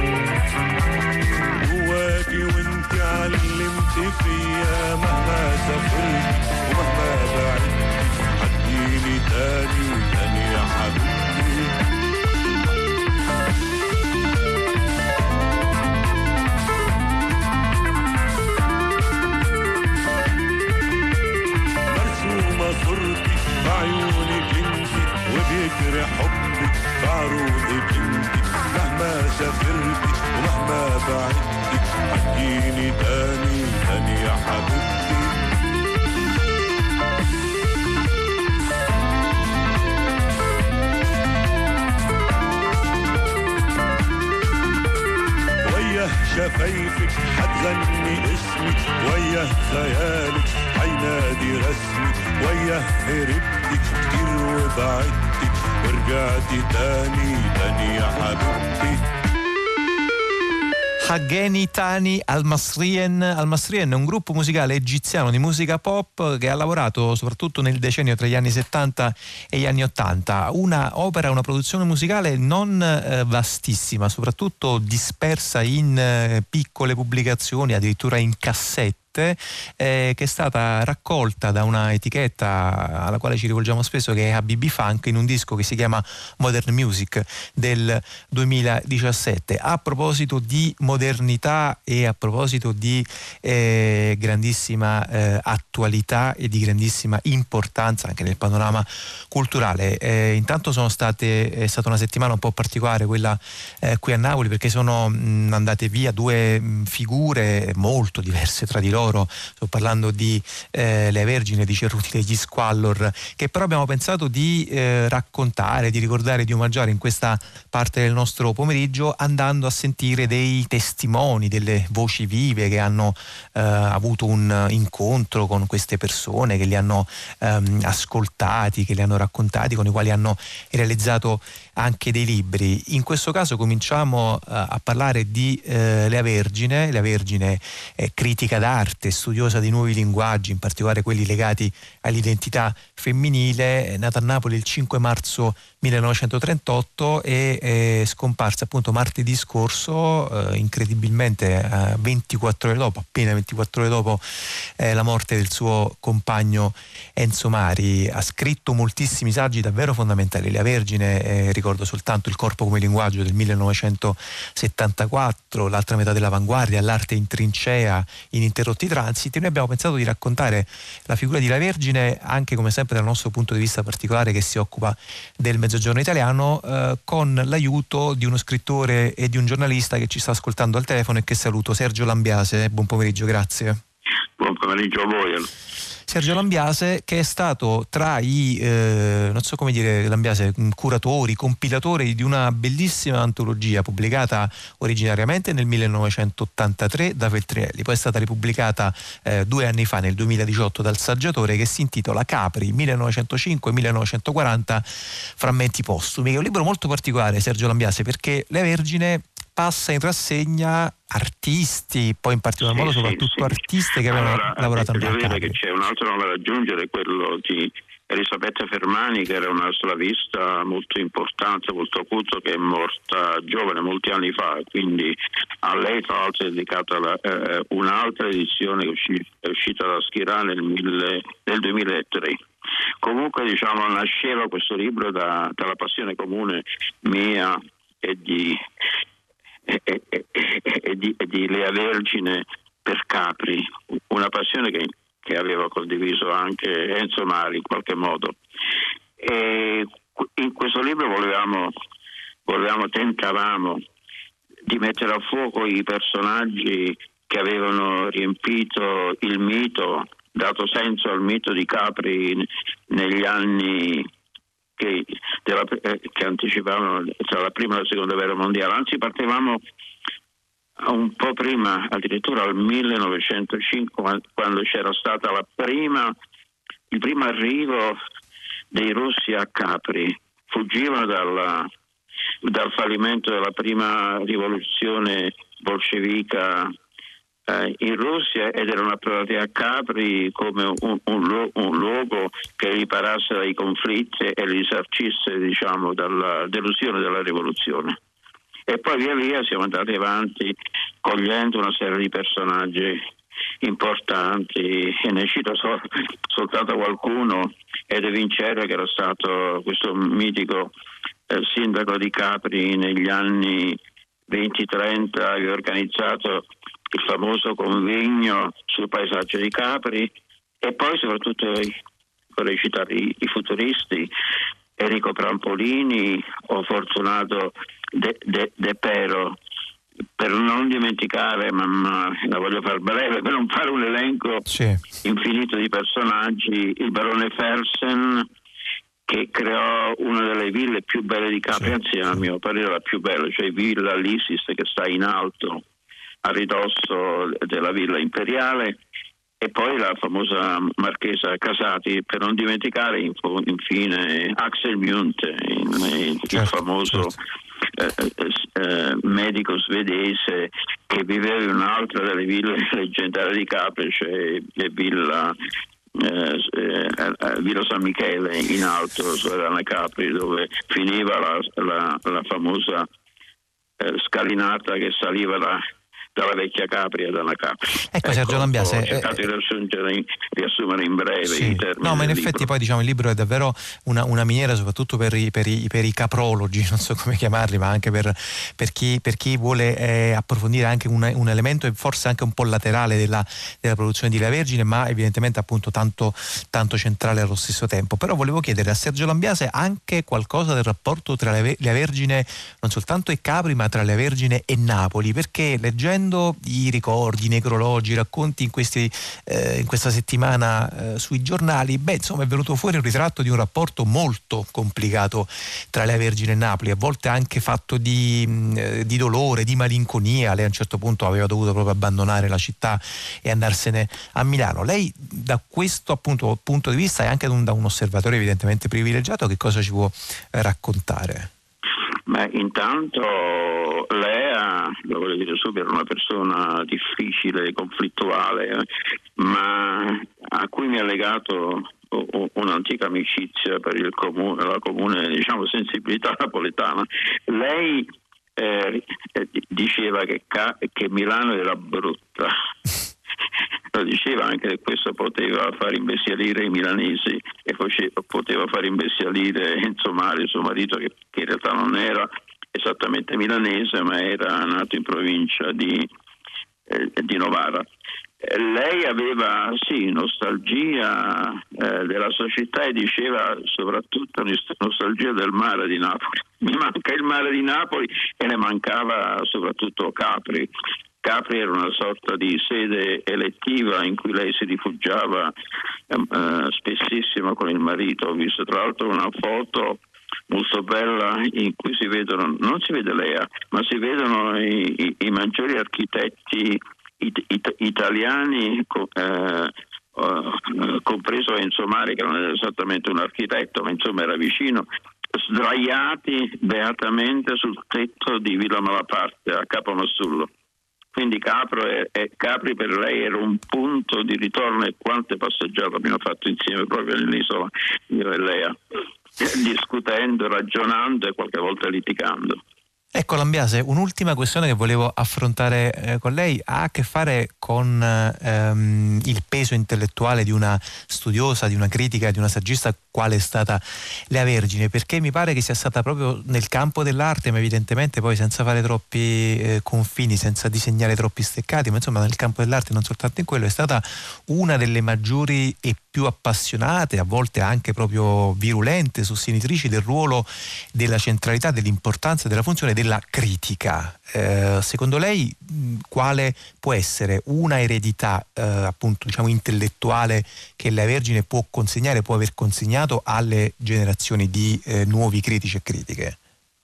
جواكي وانت علمتي فيا مهما سافرت ومهما بعدت حتجيلي تاني وتاني يا حبيبتي مرسومة صورتي بعيونك انتي وبيجري حبك بعروضك انتي مهما سافرتي ومهما بعدتي حتجيني تاني تاني يا حبيبتي وياه شفايفك حتغني اسمي وياه خيالك حينادي رسمي وياه هربتي كتير وبعدتي ورجعتي تاني تاني يا حبيبتي. Hagheni Thani Al-Masrien. Al-Masrien è un gruppo musicale egiziano di musica pop che ha lavorato soprattutto nel decennio tra gli anni 70 e gli anni 80. Una produzione musicale non vastissima, soprattutto dispersa in piccole pubblicazioni, addirittura in cassette, che è stata raccolta da una etichetta alla quale ci rivolgiamo spesso, che è Habibi Funk, in un disco che si chiama Modern Music del 2017. A proposito di modernità e a proposito di grandissima attualità e di grandissima importanza anche nel panorama culturale, intanto è stata una settimana un po' particolare quella qui a Napoli, perché sono andate via due figure molto diverse tra di loro. Sto parlando di Le Vergine, di Cerruti degli Squallor, che però abbiamo pensato di raccontare, di ricordare, di omaggiare in questa parte del nostro pomeriggio, andando a sentire dei testimoni, delle voci vive che hanno avuto un incontro con queste persone, che li hanno ascoltati, che li hanno raccontati, con i quali hanno realizzato anche dei libri. In questo caso cominciamo a parlare di Lea Vergine. Lea Vergine è critica d'arte, studiosa di nuovi linguaggi, in particolare quelli legati all'identità femminile. È nata a Napoli il 5 marzo 1938 e è scomparsa appunto martedì scorso, incredibilmente 24 ore dopo, appena 24 ore dopo la morte del suo compagno Enzo Mari. Ha scritto moltissimi saggi davvero fondamentali. Lea Vergine, ricordo soltanto Il corpo come linguaggio del 1974, L'altra metà dell'avanguardia, L'arte in trincea, Ininterrotti transiti. Noi abbiamo pensato di raccontare la figura di Lea Vergine anche, come sempre, dal nostro punto di vista particolare, che si occupa del Mezzogiorno italiano, con l'aiuto di uno scrittore e di un giornalista che ci sta ascoltando al telefono e che saluto, Sergio Lambiase. Buon pomeriggio, grazie. Buon pomeriggio a voi. Sergio Lambiase, che è stato tra i non so come dire, Lambiase, curatori, compilatori di una bellissima antologia pubblicata originariamente nel 1983 da Feltrinelli, poi è stata ripubblicata 2 anni fa, nel 2018, dal Saggiatore, che si intitola Capri 1905-1940 frammenti postumi, che è un libro molto particolare, Sergio Lambiase, perché Lea Vergine passa in rassegna artisti, poi in particolar modo soprattutto artiste che avevano lavorato a Capri. Devo dire che c'è un altro nome da aggiungere, quello di Elisabetta Fermani, che era una slavista molto importante, molto acuto, che è morta giovane molti anni fa, quindi a lei tra l'altro è dedicata un'altra edizione che è uscita da Schirà nel 2003. Comunque, diciamo, nasceva questo libro dalla passione comune mia e di Lea Vergine per Capri, una passione che aveva condiviso anche Enzo Mari in qualche modo. E in questo libro tentavamo di mettere a fuoco i personaggi che avevano riempito il mito, dato senso al mito di Capri negli anni che anticipavano tra la prima e la seconda guerra mondiale. Anzi, partevamo un po' prima, addirittura al 1905, quando c'era stata il primo arrivo dei russi a Capri. Fuggivano dal fallimento della prima rivoluzione bolscevica in Russia, ed erano approdati a Capri come un luogo che li riparasse dai conflitti e li risarcisse, diciamo, dalla delusione della rivoluzione. E poi via via siamo andati avanti cogliendo una serie di personaggi importanti, e ne cito soltanto qualcuno: De Vincere, che era stato questo mitico sindaco di Capri negli anni 20-30, aveva organizzato il famoso convegno sul paesaggio di Capri. E poi soprattutto vorrei citare i futuristi, Enrico Prampolini o Fortunato De Pero, per non dimenticare, ma la voglio far breve per non fare un elenco infinito di personaggi, il barone Fersen, che creò una delle ville più belle di Capri, anzi a mio parere la più bella, cioè Villa Lisis, che sta in alto a ridosso della Villa Imperiale, e poi la famosa Marchesa Casati, per non dimenticare infine Axel Munthe, il famoso medico svedese che viveva in un'altra delle ville leggendarie di Capri, cioè Villa San Michele in alto su Arana Capri, dove finiva la famosa scalinata che saliva dalla vecchia Capri ad Ana Capri. Ecco, Sergio Lambiase, ho cercato di riassumere in breve i termini. No, ma in effetti poi diciamo il libro è davvero una miniera, soprattutto per i caprologi, non so come chiamarli, ma anche per chi vuole approfondire anche un elemento e forse anche un po' laterale della produzione di Lea Vergine, ma evidentemente appunto tanto centrale allo stesso tempo. Però volevo chiedere a Sergio Lambiase anche qualcosa del rapporto tra Lea Vergine, non soltanto e Capri, ma tra Lea Vergine e Napoli, perché leggendo i ricordi, i necrologi, i racconti in questa settimana sui giornali, insomma è venuto fuori un ritratto di un rapporto molto complicato tra Lea Vergine e Napoli, a volte anche fatto di dolore, di malinconia. Lei a un certo punto aveva dovuto proprio abbandonare la città e andarsene a Milano. Lei da questo appunto punto di vista e anche da un osservatore evidentemente privilegiato, che cosa ci può raccontare? Intanto Lea, lo voglio dire subito, era una persona difficile, conflittuale, ma a cui mi ha legato un'antica amicizia per la comune, diciamo, sensibilità napoletana. Lei diceva che Milano era brutta. Lo diceva anche che questo poteva far imbestialire i milanesi e poteva far imbestialire Enzo Mari, suo marito, che in realtà non era esattamente milanese, ma era nato in provincia di Novara. Lei aveva nostalgia della sua città e diceva soprattutto nostalgia del mare di Napoli. Mi manca il mare di Napoli, e ne mancava soprattutto Capri. Capri era una sorta di sede elettiva in cui lei si rifugiava spessissimo con il marito. Ho visto tra l'altro una foto molto bella in cui non si vede Lea, ma si vedono i maggiori architetti italiani, compreso Enzo Mari, che non era esattamente un architetto, ma insomma era vicino, sdraiati beatamente sul tetto di Villa Malaparte a Capomazzullo. Quindi Capri per lei era un punto di ritorno, e quante passeggiate abbiamo fatto insieme proprio nell'isola, io e Lea, discutendo, ragionando e qualche volta litigando. Ecco Lambiase, un'ultima questione che volevo affrontare con lei ha a che fare con il peso intellettuale di una studiosa, di una critica, di una saggista quale è stata Lea Vergine, perché mi pare che sia stata proprio nel campo dell'arte, ma evidentemente poi senza fare troppi confini, senza disegnare troppi steccati, ma insomma nel campo dell'arte, non soltanto in quello, è stata una delle maggiori e più appassionate, a volte anche proprio virulente sostenitrici del ruolo, della centralità, dell'importanza, della funzione della critica. Secondo lei quale può essere una eredità appunto diciamo intellettuale che Lea Vergine può aver consegnato alle generazioni di nuovi critici e critiche?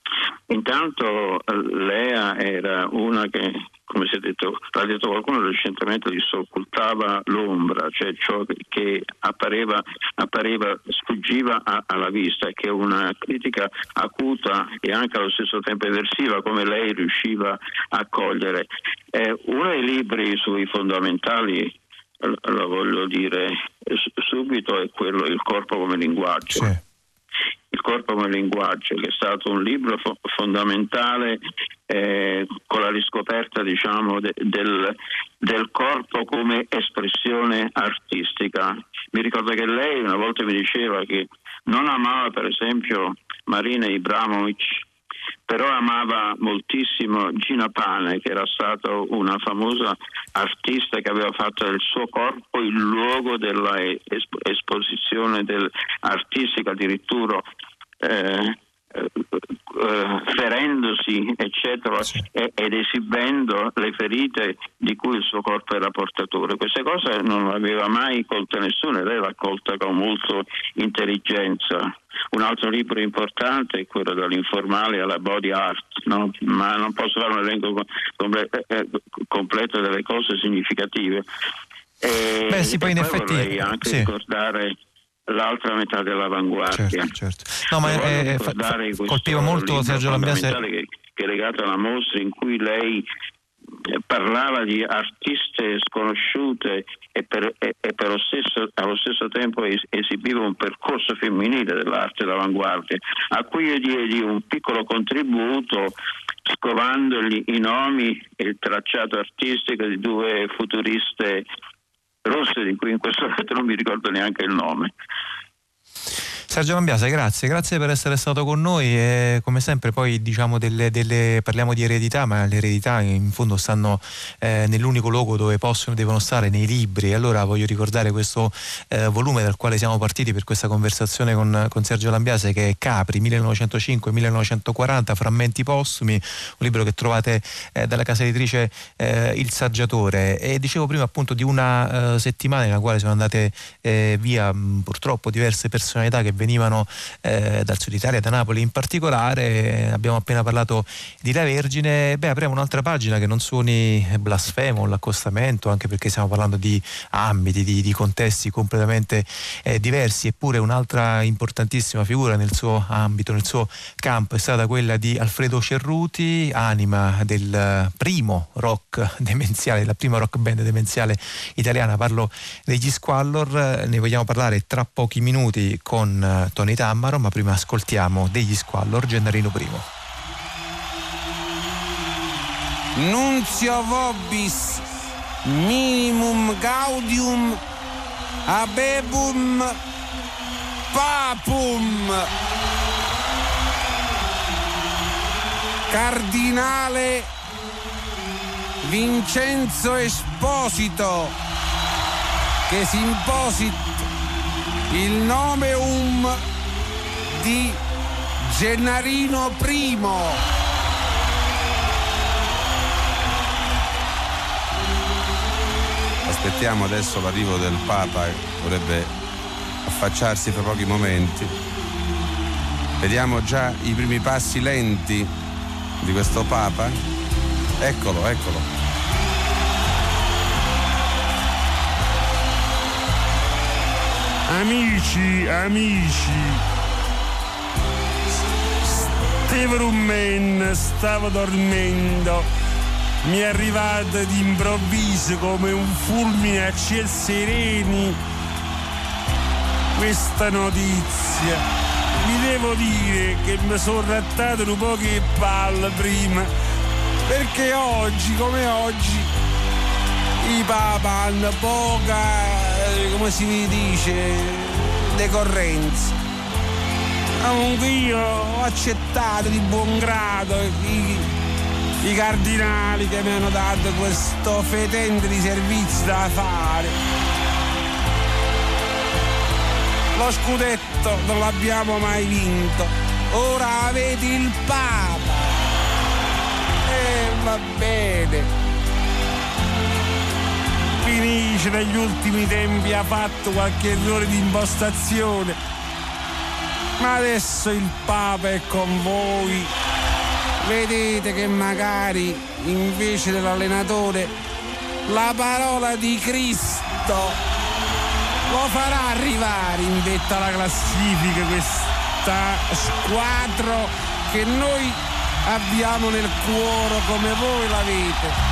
Intanto Lea era una che, come si è detto, l'ha detto qualcuno recentemente, gli si occultava l'ombra, cioè ciò che appariva sfuggiva alla vista, e che una critica acuta e anche allo stesso tempo eversiva come lei riusciva a cogliere. Uno dei libri sui fondamentali, lo voglio dire subito, è quello Il corpo come linguaggio. Sì. Il corpo come linguaggio, che è stato un libro fondamentale con la riscoperta, diciamo, del corpo come espressione artistica. Mi ricordo che lei una volta mi diceva che non amava per esempio Marina Abramovic, però amava moltissimo Gina Pane, che era stata una famosa artista che aveva fatto del suo corpo il luogo della esposizione artistica, addirittura ferendosi, eccetera, ed esibendo le ferite di cui il suo corpo era portatore. Queste cose non aveva mai colte nessuno, lei l'ha colta con molta intelligenza. Un altro libro importante è quello dall'informale alla body art, no? Ma non posso fare un elenco completo delle cose significative. Sì, poi in effetti vorrei anche ricordare l'altra metà dell'avanguardia. Certo. No, ma colpiva molto Sergio Lambiase, che è legato alla mostra, in cui lei parlava di artiste sconosciute e allo stesso tempo esibiva un percorso femminile dell'arte d'avanguardia, a cui io diedi un piccolo contributo scovandogli i nomi e il tracciato artistico di due futuriste rosse, di cui in questo momento non mi ricordo neanche il nome. Sergio Lambiase, grazie per essere stato con noi, e come sempre poi diciamo parliamo di eredità, ma le eredità in fondo stanno nell'unico luogo dove possono e devono stare, nei libri. Allora voglio ricordare questo volume dal quale siamo partiti per questa conversazione con Sergio Lambiase, che è Capri 1905-1940, frammenti postumi, un libro che trovate dalla casa editrice Il Saggiatore. E dicevo prima appunto di una settimana nella quale sono andate via purtroppo diverse personalità che venivano dal Sud Italia, da Napoli in particolare. Abbiamo appena parlato di La Vergine. Apriamo un'altra pagina che non suoni blasfemo l'accostamento, anche perché stiamo parlando di ambiti, di contesti completamente diversi, eppure un'altra importantissima figura nel suo ambito, nel suo campo, è stata quella di Alfredo Cerruti, anima del primo rock demenziale, della prima rock band demenziale italiana. Parlo degli Squallor. Ne vogliamo parlare tra pochi minuti con Tony Tammaro, ma prima ascoltiamo degli Squallor, Gennarino primo. Nunzio vobis minimum gaudium habebum papum. Cardinale Vincenzo Esposito, che si imposit il nomeum di Gennarino I. Aspettiamo adesso l'arrivo del Papa, che dovrebbe affacciarsi fra pochi momenti. Vediamo già i primi passi lenti di questo Papa. Eccolo. Amici, stavo dormendo, mi è arrivata d'improvviso come un fulmine a ciel sereni questa notizia. Vi devo dire che mi sono rattato un po' che palle prima, perché oggi come oggi i Papa hanno poca, come si dice, decorrenza. Comunque io ho accettato di buon grado i cardinali che mi hanno dato questo fetente di servizio da fare. Lo scudetto non l'abbiamo mai vinto, ora avete il Papa e va bene. Finice, negli ultimi tempi ha fatto qualche errore di impostazione, ma adesso il Papa è con voi vedete che magari invece dell'allenatore la parola di Cristo lo farà arrivare in vetta alla classifica questa squadra che noi abbiamo nel cuore come voi l'avete.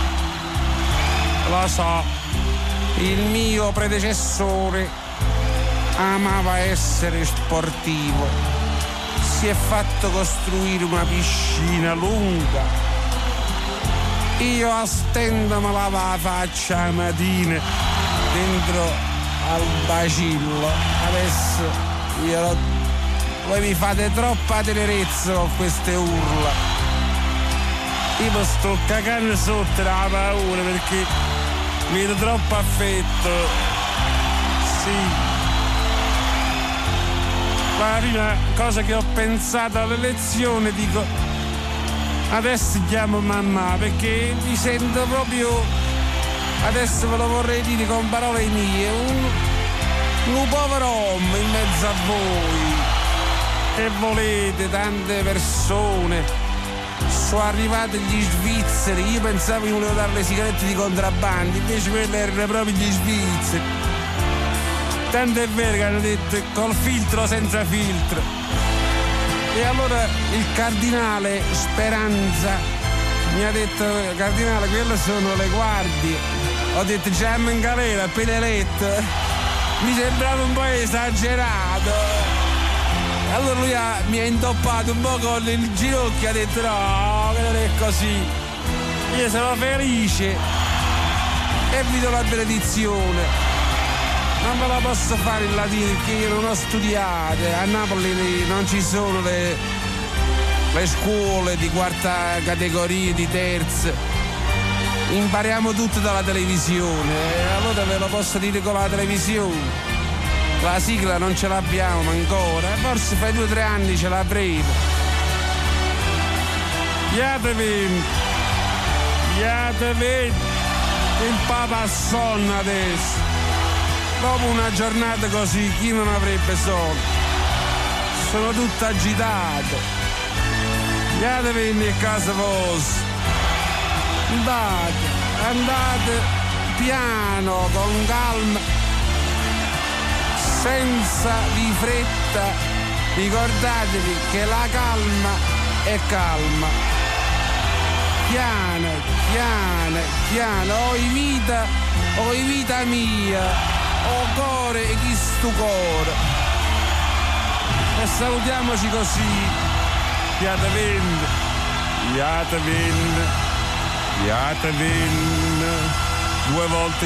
Lo so, il mio predecessore amava essere sportivo, si è fatto costruire una piscina lunga, io a stento me lava la faccia la mattina dentro al bacillo, adesso voi mi fate troppa tenerezza con queste urla, io mi sto cagando sotto la paura perché vedo troppo affetto. Sì, la prima cosa che ho pensato alle lezioni, dico adesso chiamo mamma perché mi sento proprio, adesso ve lo vorrei dire con parole mie, un povero uomo in mezzo a voi che volete, tante persone. Sono arrivati gli svizzeri, io pensavo che volevo dare le sigarette di contrabbando, invece quelli erano proprio gli svizzeri. Tanto è vero che hanno detto col filtro o senza filtro. E allora il cardinale Speranza mi ha detto, cardinale, quelle sono le guardie. Ho detto già in galera, pedeletto. Mi sembrava un po' esagerato. Allora lui mi ha intoppato un po' con il ginocchio, ha detto no, che non è così. Io sono felice e vi do la benedizione. Non me la posso fare in latino perché io non ho studiato. A Napoli non ci sono le scuole di quarta categoria, di terza. Impariamo tutto dalla televisione. Allora ve lo posso dire con la televisione. La sigla non ce l'abbiamo ancora, forse fra 2 o 3 anni ce l'avremo. Iatevi, il Papa sonno adesso. Dopo una giornata così, chi non avrebbe sonno? Sono tutto agitato. Iatevi nel caso vostro. Andate piano, con calma. Senza di fretta, ricordatevi che la calma è calma. Piano, oi vita mia, o core e chi stu core. E salutiamoci così, Iatevind. 2 volte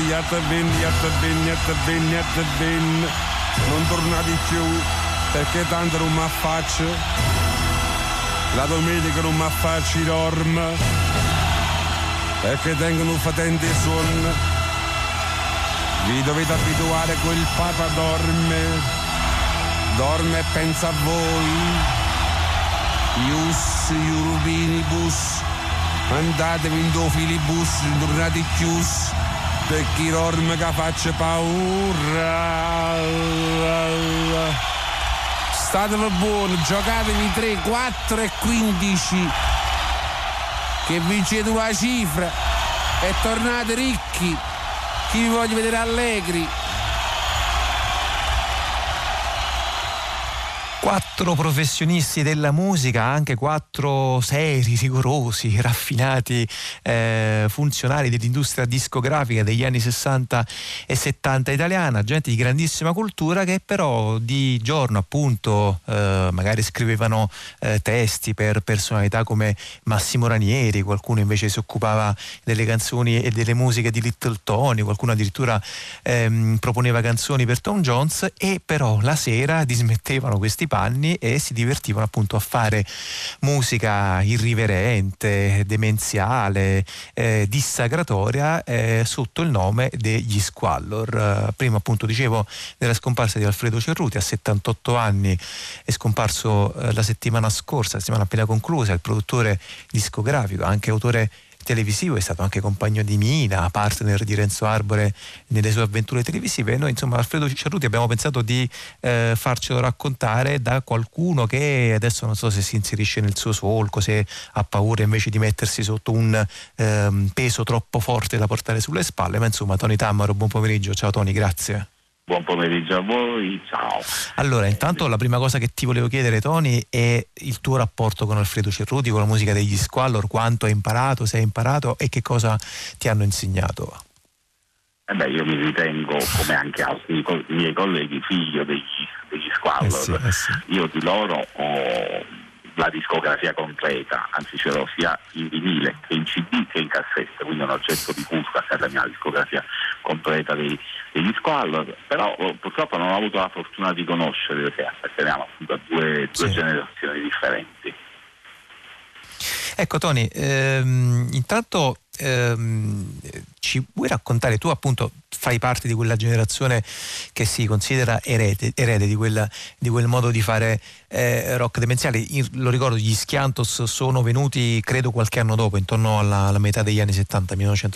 Iatevind. Non tornate più perché tanto non mi affaccio, la domenica non mi affaccio i dorm perché tengono fatente sonno, vi dovete abituare, quel Papa dorme e pensa a voi, ius iurubinibus, andatevi in do filibus, tornate chius perché i dorme che faccia paura. Statevi buoni, giocatevi 3, 4 e 15 che vincete una cifra e tornate ricchi. Chi vi voglio vedere allegri. 4 professionisti della musica, anche 4 seri, rigorosi, raffinati funzionari dell'industria discografica degli anni 60 e 70 italiana, gente di grandissima cultura che però di giorno appunto magari scrivevano testi per personalità come Massimo Ranieri, qualcuno invece si occupava delle canzoni e delle musiche di Little Tony, qualcuno addirittura proponeva canzoni per Tom Jones, e però la sera dismettevano questi panni e si divertivano appunto a fare musica irriverente, demenziale, dissacratoria sotto il nome degli Squallor. Prima appunto dicevo della scomparsa di Alfredo Cerruti, a 78 anni è scomparso la settimana scorsa, la settimana appena conclusa, il produttore discografico, anche autore televisivo, è stato anche compagno di Mina, partner di Renzo Arbore nelle sue avventure televisive, e noi insomma Alfredo Cerruti abbiamo pensato di farcelo raccontare da qualcuno che adesso non so se si inserisce nel suo solco, se ha paura invece di mettersi sotto un peso troppo forte da portare sulle spalle, ma insomma Tony Tammaro, buon pomeriggio. Ciao Tony, grazie. Buon pomeriggio a voi, ciao. Allora, intanto la prima cosa che ti volevo chiedere, Tony, è il tuo rapporto con Alfredo Cerruti, con la musica degli Squallor, quanto hai imparato, se hai imparato e che cosa ti hanno insegnato? Io mi ritengo, come anche altri miei colleghi, figlio degli Squallor. Sì. Io di loro ho la discografia completa, anzi ce l'ho sia in vinile che in CD che in cassetta, quindi è un oggetto di culto a casa mia, la discografia completa degli Squallor, però purtroppo non ho avuto la fortuna di conoscerli perché apparteniamo appunto a due generazioni differenti. Ecco Tony, intanto ci vuoi raccontare, tu appunto fai parte di quella generazione che si considera erede di quel modo di fare rock demenziale. Lo ricordo, gli Schiantos sono venuti credo qualche anno dopo, intorno alla metà degli anni 70,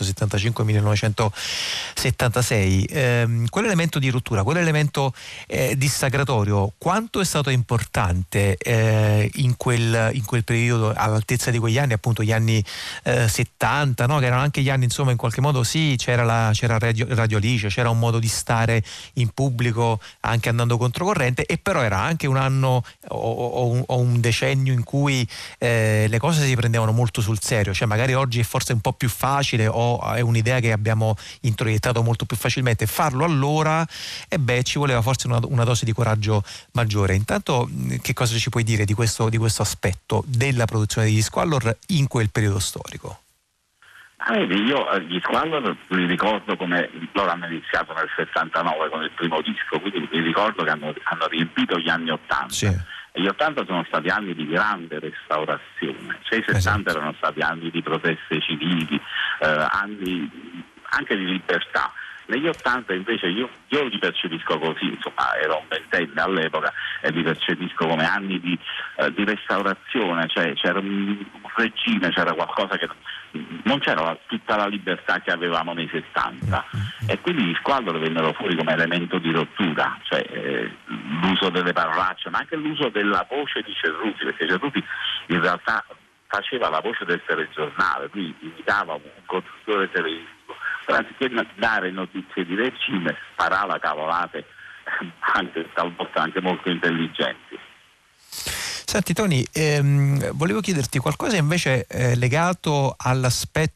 1975-1976. Quell'elemento di rottura, quell'elemento dissacratorio, quanto è stato importante in quel periodo, all'altezza di quegli anni, appunto gli anni 70, no? Che erano anche gli anni, insomma, in qualche modo sì, c'era Radio Alice, c'era un modo di stare in pubblico anche andando controcorrente, e però era anche un anno o un decennio in cui le cose si prendevano molto sul serio, cioè magari oggi è forse un po' più facile o è un'idea che abbiamo introiettato molto più facilmente, farlo allora ci voleva forse una dose di coraggio maggiore. Intanto che cosa ci puoi dire di questo aspetto della produzione degli Squallor in quel periodo storico? Io gli Squallor li ricordo come loro hanno iniziato nel 79 con il primo disco, quindi mi ricordo che hanno riempito gli anni 80. Sì. E gli 80 sono stati anni di grande restaurazione, cioè i 60 erano stati anni di proteste civili, anni anche di libertà. Negli 80 invece io li percepisco così, insomma ero un ventenne all'epoca e li percepisco come anni di restaurazione, cioè c'era un regime, c'era qualcosa che non c'era tutta la libertà che avevamo nei 70, e quindi gli Squallor vennero fuori come elemento di rottura, cioè l'uso delle parolacce, ma anche l'uso della voce di Cerruti, perché Cerruti in realtà faceva la voce del telegiornale, lui imitava un conduttore televisivo, però anziché dare notizie di regime sparava cavolate talvolta anche molto intelligenti. Senti Tony, volevo chiederti qualcosa invece legato all'aspetto,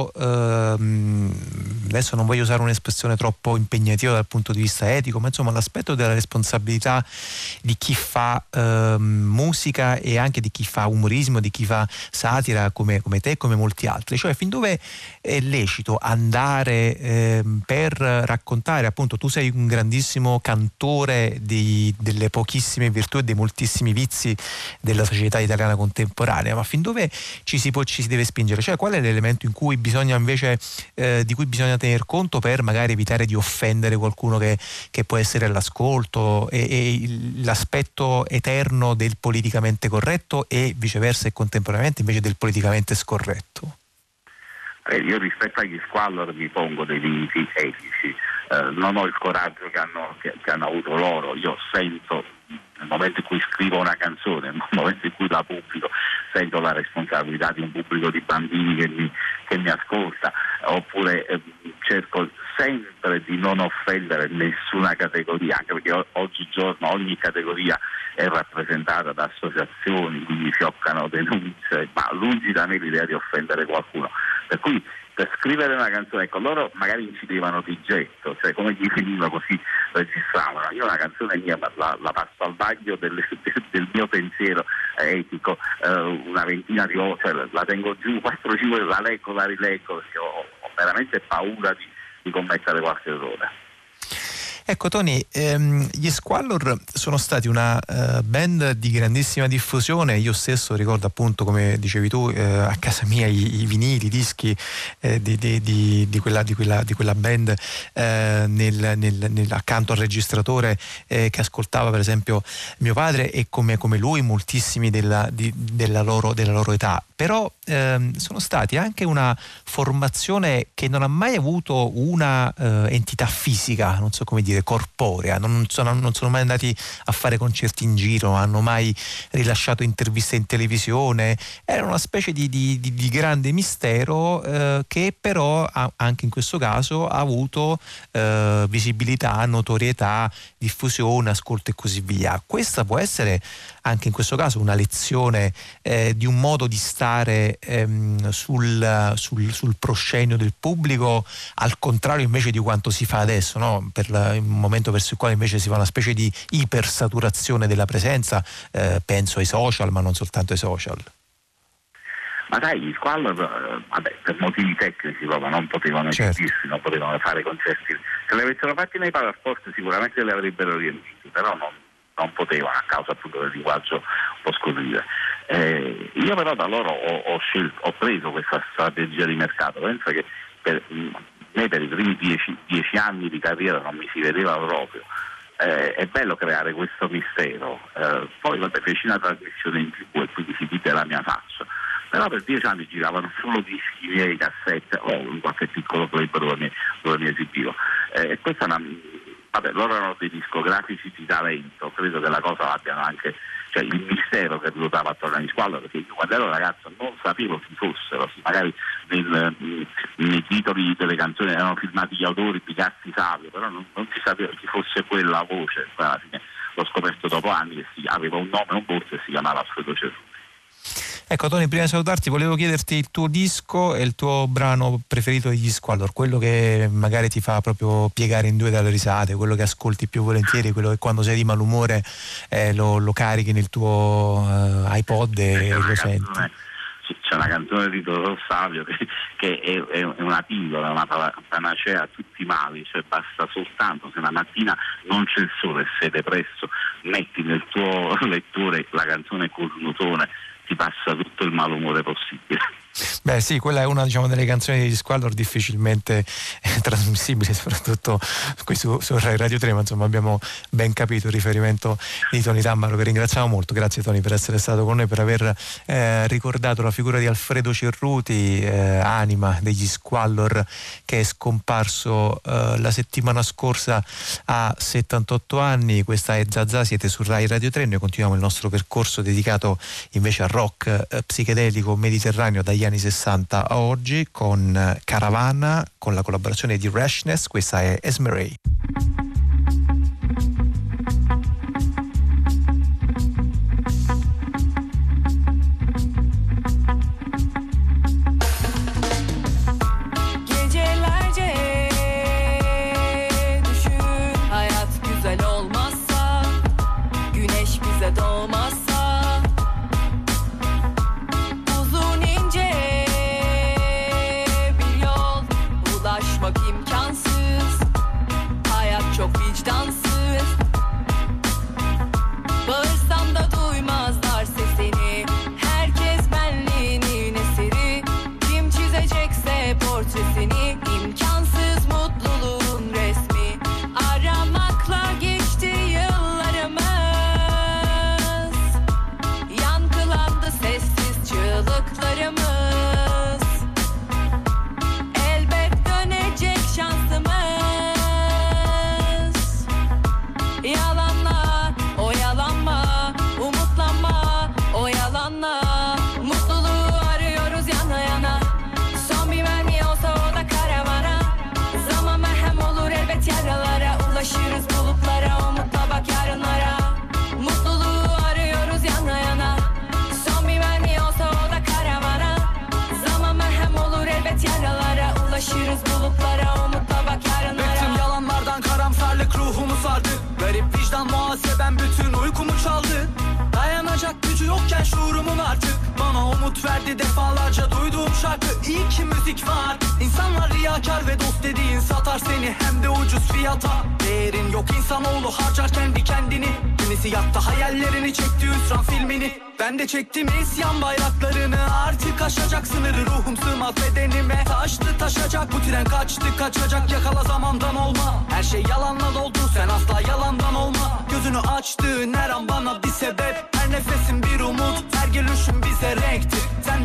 adesso non voglio usare un'espressione troppo impegnativa dal punto di vista etico, ma insomma l'aspetto della responsabilità di chi fa musica e anche di chi fa umorismo, di chi fa satira come te e come molti altri, cioè fin dove è lecito andare per raccontare, appunto tu sei un grandissimo cantore delle pochissime virtù e dei moltissimi vizi della società italiana contemporanea, ma fin dove ci si deve spingere, cioè qual è l'elemento in cui bisogna invece di cui bisogna tener conto per magari evitare di offendere qualcuno che può essere all'ascolto, e l'aspetto eterno del politicamente corretto e viceversa e contemporaneamente invece del politicamente scorretto? Io rispetto agli Squallor mi pongo dei limiti etici, non ho il coraggio che hanno avuto loro. Io sento, nel momento in cui scrivo una canzone, nel momento in cui la pubblico, sento la responsabilità di un pubblico di bambini che mi ascolta, oppure cerco sempre di non offendere nessuna categoria, anche perché oggigiorno ogni categoria è rappresentata da associazioni, quindi fioccano denunce, ma lungi da me l'idea di offendere qualcuno. Per cui per scrivere una canzone, ecco, loro magari incidevano di getto, cioè come gli veniva così registravano. Io una canzone mia la passo al vaglio del mio pensiero etico, una ventina di volte, cioè, la tengo giù 4-5, la leggo, la rileggo, perché ho veramente paura di commettere qualche errore. Ecco Tony, gli Squallor sono stati una band di grandissima diffusione. Io stesso ricordo, appunto, come dicevi tu, a casa mia i vinili, i dischi di quella band accanto al registratore che ascoltava per esempio mio padre, e come lui moltissimi della loro età. però sono stati anche una formazione che non ha mai avuto una entità fisica, non so come dire, corporea, non sono mai andati a fare concerti in giro, non hanno mai rilasciato interviste in televisione, era una specie di grande mistero che però anche in questo caso ha avuto visibilità, notorietà, diffusione, ascolto e così via. Questa può essere anche in questo caso una lezione di un modo di stare sul proscenio del pubblico, al contrario invece di quanto si fa adesso, no? Per il momento verso il quale invece si fa una specie di ipersaturazione della presenza, penso ai social, ma non soltanto ai social. Ma sai, gli Squallor, per motivi tecnici proprio non potevano esibirsi, non potevano fare concerti. Se li avessero fatti nei Palasport sicuramente li avrebbero riempiti, però non potevano a causa appunto del linguaggio un po' scurrile. Io però da loro ho preso questa strategia di mercato. Penso che per i primi 10 anni di carriera non mi si vedeva proprio. È bello creare questo mistero. Poi feci una trasmissione in TV e quindi si vide la mia faccia. Però per 10 anni giravano solo dischi miei, cassette o in qualche piccolo club dove mi esibivo. E questa è loro erano dei discografici di talento, credo che la cosa l'abbiano anche, cioè il mistero che ruotava attorno agli Squallor, perché io quando ero ragazzo non sapevo chi fossero, magari nei titoli delle canzoni erano filmati gli autori, Bigatti, Savio, però non si sapeva chi fosse quella voce. Poi alla fine l'ho scoperto dopo anni che aveva un nome, un volto e si chiamava Alfredo Cerruti. Ecco Tony, prima di salutarti volevo chiederti il tuo disco e il tuo brano preferito degli Squallor, quello che magari ti fa proprio piegare in due dalle risate, quello che ascolti più volentieri, quello che quando sei di malumore lo carichi nel tuo iPod e lo senti. C'è una canzone di Totò Savio che è una pillola, una panacea a tutti i mali, cioè basta soltanto se una mattina non c'è il sole e sei depresso, metti nel tuo lettore la canzone Cornutone, ti passa tutto il malumore possibile. Beh sì, quella è una delle canzoni degli Squallor difficilmente trasmissibile, soprattutto qui su Radio 3, ma insomma abbiamo ben capito il riferimento di Tony Tammaro, che ringraziamo molto. Grazie Tony per essere stato con noi, per aver ricordato la figura di Alfredo Cerruti, anima degli Squallor, che è scomparso la settimana scorsa a 78 anni. Questa è Zazà, siete su Rai Radio 3, noi continuiamo il nostro percorso dedicato invece al rock psichedelico mediterraneo dagli anni 60 a oggi, con Caravana, con la collaborazione di Rashness. Questa è Esmerei. Verdi defalarca duyduğum şarkı, iyi ki müzik var. İnsanlar riyakar ve dost dediğin satar seni hem de ucuz fiyata. Değerin yok insanoğlu harcar kendi kendini. Kimisi yaktı hayallerini, çekti hüsran filmini. Ben de çektim isyan bayraklarını. Artık aşacak sınırı, ruhum sığmaz bedenime. Taştı taşacak bu tren, kaçtı kaçacak, yakala zamandan olma. Her şey yalanla doldu, sen asla yalandan olma. Gözünü açtığın her an bana bir sebep. Her nefesin bir umut, her gülüşün bize renktir. Sen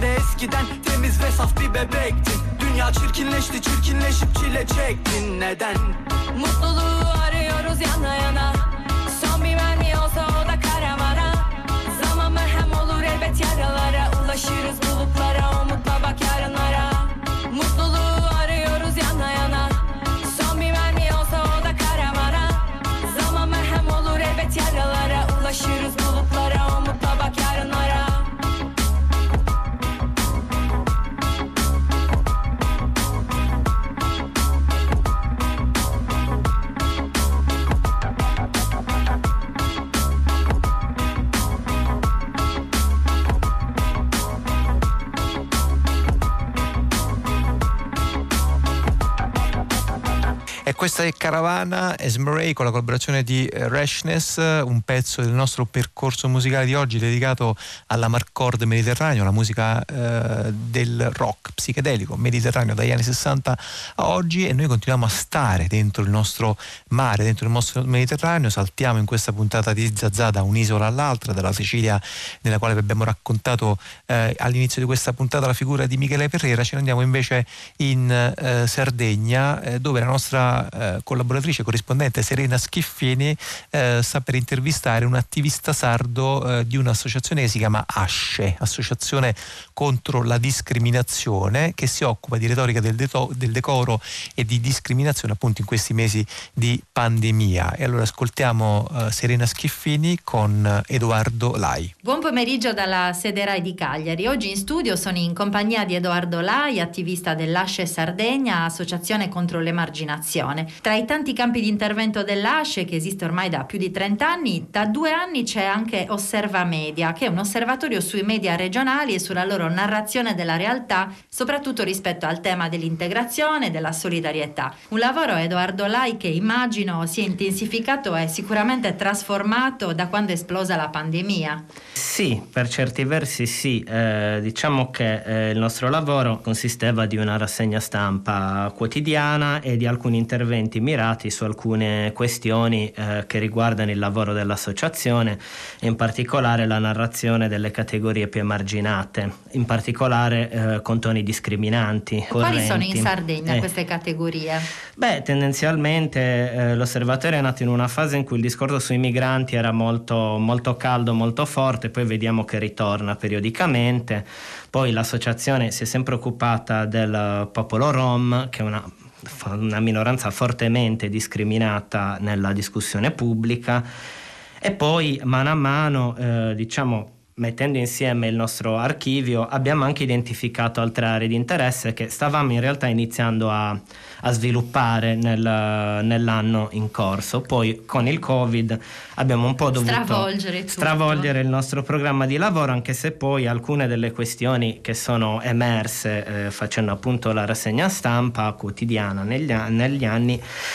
sen de eskiden temiz ve saf bir bebektin. Dünya çirkinleşti, çirkinleşip çile çektin. Neden? Mutluluğu arıyoruz yana yana. Son bir mermi olsa o da karavana. Zaman merhem olur elbet yaralara. Ulaşırız bulutlara, umutla bak yarınlara. Mutluluğu arıyoruz yana yana. Son bir mermi olsa o da karavana. Zaman merhem olur elbet yaralara. Ulaşırız bulutlara, umutla bak yarınlara. E questa è Caravana, Esmeralda, con la collaborazione di Rashness, un pezzo del nostro percorso musicale di oggi dedicato alla Marcord Mediterraneo, la musica del rock psichedelico mediterraneo dagli anni 60 a oggi, e noi continuiamo a stare dentro il nostro mare, dentro il nostro Mediterraneo. Saltiamo in questa puntata di Zazà da un'isola all'altra, dalla Sicilia, nella quale vi abbiamo raccontato all'inizio di questa puntata la figura di Michele Ferrera. Ce ne andiamo invece in Sardegna, dove la nostra collaboratrice corrispondente Serena Schiffini sta per intervistare un attivista sardo di un'associazione che si chiama ASCE, Associazione contro la discriminazione, che si occupa di retorica del decoro e di discriminazione appunto in questi mesi di pandemia. E allora ascoltiamo Serena Schiffini con Edoardo Lai. Buon pomeriggio dalla sede RAI di Cagliari. Oggi in studio sono in compagnia di Edoardo Lai, attivista dell'ASCE Sardegna, Associazione contro l'emarginazione. Tra i tanti campi di intervento dell'ASCE, che esiste ormai da più di 30 anni, da 2 anni c'è anche Osserva Media, che è un osservatorio sui media regionali e sulla loro narrazione della realtà, soprattutto rispetto al tema dell'integrazione e della solidarietà. Un lavoro, Edoardo Lai, che immagino si è intensificato e sicuramente trasformato da quando è esplosa la pandemia. Sì, per certi versi sì. Diciamo che il nostro lavoro consisteva di una rassegna stampa quotidiana e di alcuni interventi mirati su alcune questioni che riguardano il lavoro dell'associazione, e in particolare la narrazione delle categorie più emarginate, in particolare con toni discriminanti. Quali sono in Sardegna queste categorie? Beh, tendenzialmente l'osservatorio è nato in una fase in cui il discorso sui migranti era molto, molto caldo, molto forte, poi vediamo che ritorna periodicamente. Poi l'associazione si è sempre occupata del popolo rom, che è una minoranza fortemente discriminata nella discussione pubblica, e poi mano a mano mettendo insieme il nostro archivio abbiamo anche identificato altre aree di interesse che stavamo in realtà iniziando a sviluppare nell'anno in corso. Poi con il Covid abbiamo un po' dovuto stravolgere il nostro programma di lavoro, anche se poi alcune delle questioni che sono emerse facendo appunto la rassegna stampa quotidiana negli anni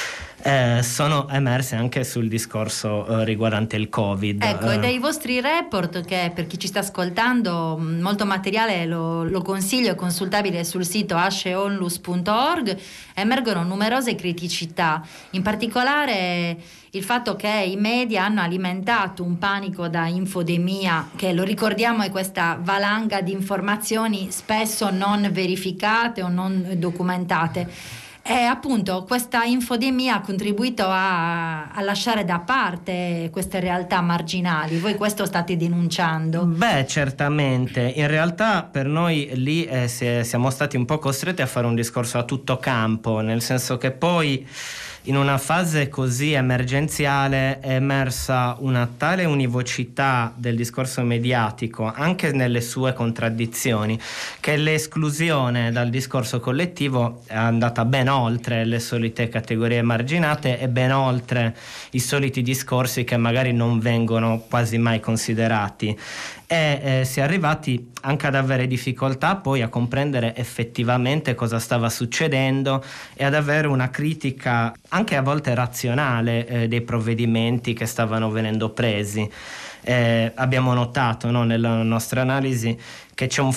sono emerse anche sul discorso riguardante il Covid. Ecco, e dai vostri report, che per chi ci sta ascoltando molto materiale lo consiglio, è consultabile sul sito asceonlus.org, emergono numerose criticità, in particolare il fatto che i media hanno alimentato un panico da infodemia, che lo ricordiamo è questa valanga di informazioni spesso non verificate o non documentate. E appunto questa infodemia ha contribuito a lasciare da parte queste realtà marginali. Voi questo state denunciando? Beh, certamente. In realtà per noi lì siamo stati un po' costretti a fare un discorso a tutto campo, nel senso che poi in una fase così emergenziale è emersa una tale univocità del discorso mediatico, anche nelle sue contraddizioni, che l'esclusione dal discorso collettivo è andata ben oltre le solite categorie emarginate e ben oltre i soliti discorsi che magari non vengono quasi mai considerati. E si è arrivati anche ad avere difficoltà poi a comprendere effettivamente cosa stava succedendo e ad avere una critica anche a volte razionale dei provvedimenti che stavano venendo presi. Abbiamo notato, no, nella nostra analisi che c'è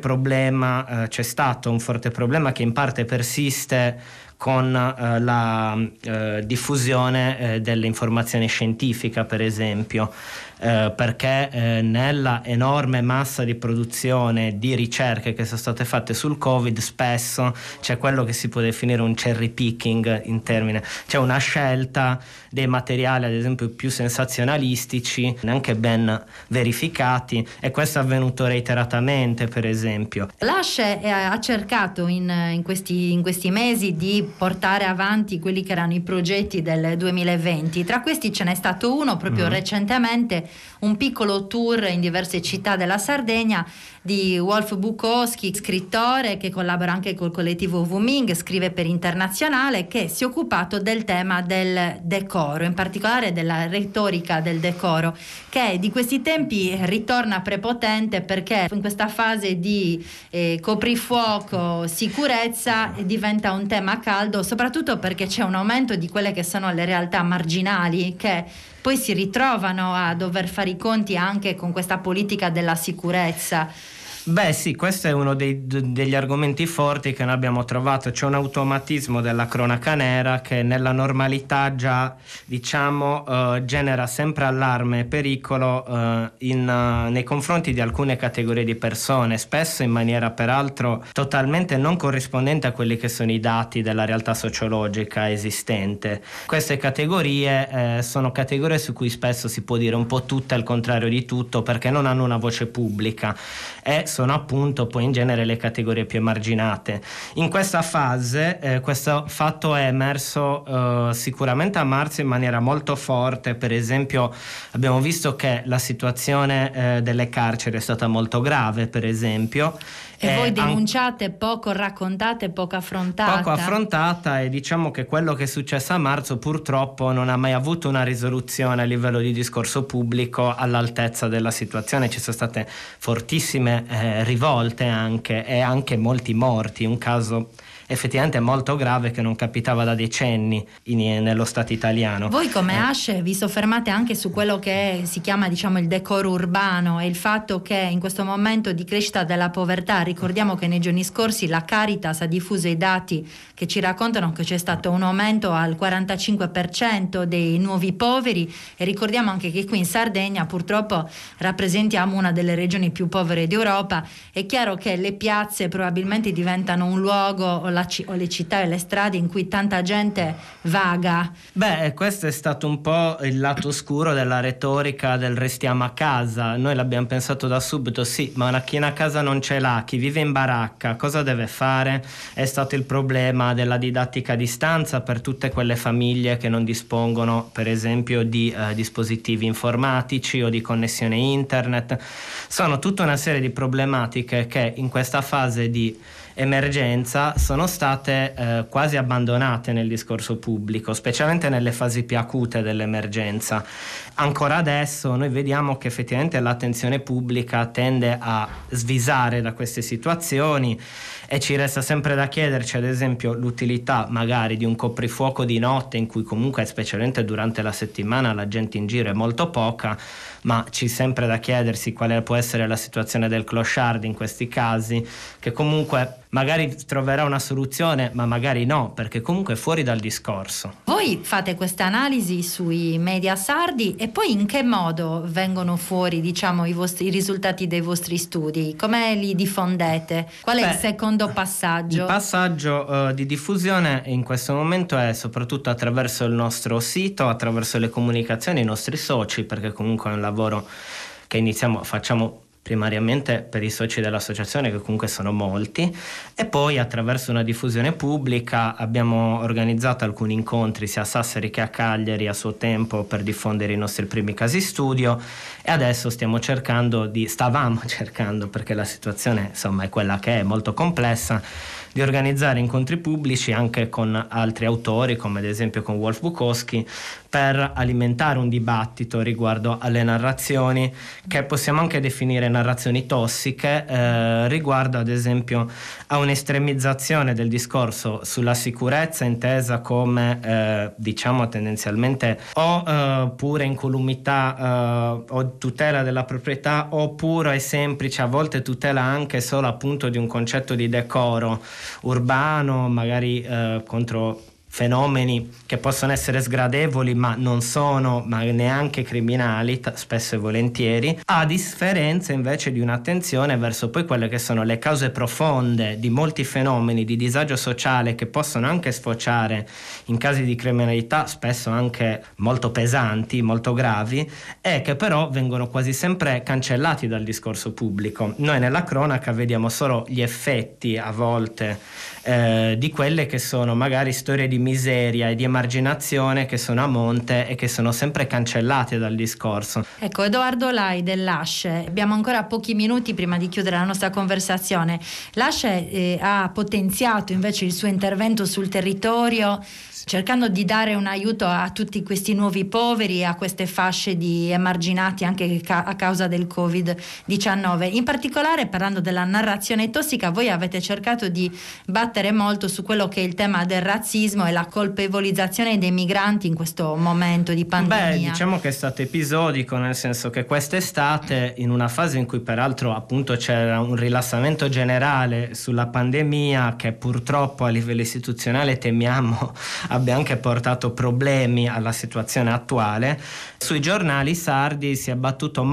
stato un forte problema che in parte persiste con la diffusione dell'informazione scientifica, per esempio. perché nella enorme massa di produzione di ricerche che sono state fatte sul Covid spesso c'è quello che si può definire un cherry picking in termine, c'è una scelta dei materiali ad esempio più sensazionalistici, neanche ben verificati, e questo è avvenuto reiteratamente per esempio. L'Asce ha cercato in questi mesi di portare avanti quelli che erano i progetti del 2020, tra questi ce n'è stato uno proprio recentemente, un piccolo tour in diverse città della Sardegna di Wolf Bukowski, scrittore che collabora anche col collettivo Wuming, scrive per Internazionale, che si è occupato del tema del decoro, in particolare della retorica del decoro, che di questi tempi ritorna prepotente perché in questa fase di coprifuoco, sicurezza diventa un tema caldo, soprattutto perché c'è un aumento di quelle che sono le realtà marginali che poi si ritrovano a dover fare i conti anche con questa politica della sicurezza. Beh sì, questo è uno degli argomenti forti che noi abbiamo trovato. C'è un automatismo della cronaca nera che nella normalità già genera sempre allarme e pericolo nei confronti di alcune categorie di persone, spesso in maniera peraltro totalmente non corrispondente a quelli che sono i dati della realtà sociologica esistente. Queste categorie sono categorie su cui spesso si può dire un po' tutto e il contrario di tutto, perché non hanno una voce pubblica e sono appunto poi in genere le categorie più emarginate. In questa fase questo fatto è emerso sicuramente a marzo in maniera molto forte. Per esempio abbiamo visto che la situazione delle carceri è stata molto grave, per esempio. E voi denunciate poco raccontate, poco affrontata. E diciamo che quello che è successo a marzo purtroppo non ha mai avuto una risoluzione a livello di discorso pubblico all'altezza della situazione. Ci sono state fortissime rivolte e anche molti morti, un caso effettivamente molto grave che non capitava da decenni nello Stato italiano. Voi come Asce vi soffermate anche su quello che si chiama il decoro urbano e il fatto che in questo momento di crescita della povertà, ricordiamo che nei giorni scorsi la Caritas ha diffuso i dati che ci raccontano che c'è stato un aumento al 45% dei nuovi poveri, e ricordiamo anche che qui in Sardegna purtroppo rappresentiamo una delle regioni più povere d'Europa. È chiaro che le piazze probabilmente diventano un luogo o le città e le strade in cui tanta gente vaga. Beh, questo è stato un po' il lato oscuro della retorica del restiamo a casa. Noi l'abbiamo pensato da subito, sì, ma chi a casa non ce l'ha, chi vive in baracca, cosa deve fare? È stato il problema della didattica a distanza per tutte quelle famiglie che non dispongono, per esempio, di dispositivi informatici o di connessione internet. Sono tutta una serie di problematiche che in questa fase di emergenza sono state quasi abbandonate nel discorso pubblico, specialmente nelle fasi più acute dell'emergenza. Ancora adesso noi vediamo che effettivamente l'attenzione pubblica tende a svisare da queste situazioni e ci resta sempre da chiederci, ad esempio, l'utilità magari di un coprifuoco di notte in cui comunque, specialmente durante la settimana, la gente in giro è molto poca, ma ci sempre da chiedersi quale può essere la situazione del clochard in questi casi, che comunque magari troverà una soluzione, ma magari no, perché comunque è fuori dal discorso. Voi fate questa analisi sui media sardi e poi in che modo vengono fuori, i risultati dei vostri studi? Come li diffondete? Qual è il secondo passaggio? Il passaggio di diffusione in questo momento è soprattutto attraverso il nostro sito, attraverso le comunicazioni, i nostri soci, perché comunque è un lavoro che facciamo primariamente per i soci dell'associazione, che comunque sono molti, e poi attraverso una diffusione pubblica abbiamo organizzato alcuni incontri sia a Sassari che a Cagliari a suo tempo per diffondere i nostri primi casi studio, e adesso stavamo cercando, perché la situazione insomma è quella che è, molto complessa, di organizzare incontri pubblici anche con altri autori, come ad esempio con Wolf Bukowski, per alimentare un dibattito riguardo alle narrazioni che possiamo anche definire narrazioni tossiche, riguardo ad esempio a un'estremizzazione del discorso sulla sicurezza intesa come tendenzialmente o pure incolumità o tutela della proprietà, oppure è semplice, a volte tutela anche solo appunto di un concetto di decoro urbano, magari contro fenomeni che possono essere sgradevoli ma non sono neanche criminali spesso e volentieri, a differenza invece di un'attenzione verso poi quelle che sono le cause profonde di molti fenomeni di disagio sociale che possono anche sfociare in casi di criminalità spesso anche molto pesanti, molto gravi, e che però vengono quasi sempre cancellati dal discorso pubblico. Noi nella cronaca vediamo solo gli effetti a volte di quelle che sono magari storie di miseria e di emarginazione che sono a monte e che sono sempre cancellate dal discorso. Ecco, Edoardo Lai dell'Asce, abbiamo ancora pochi minuti prima di chiudere la nostra conversazione. L'Asce ha potenziato invece il suo intervento sul territorio, cercando di dare un aiuto a tutti questi nuovi poveri, a queste fasce di emarginati anche a causa del Covid-19. In particolare, parlando della narrazione tossica, voi avete cercato di battere molto su quello che è il tema del razzismo e la colpevolizzazione dei migranti in questo momento di pandemia. Beh, diciamo che è stato episodico, nel senso che quest'estate, in una fase in cui peraltro appunto c'era un rilassamento generale sulla pandemia che purtroppo a livello istituzionale temiamo abbia anche portato problemi alla situazione attuale, sui giornali sardi si è battuto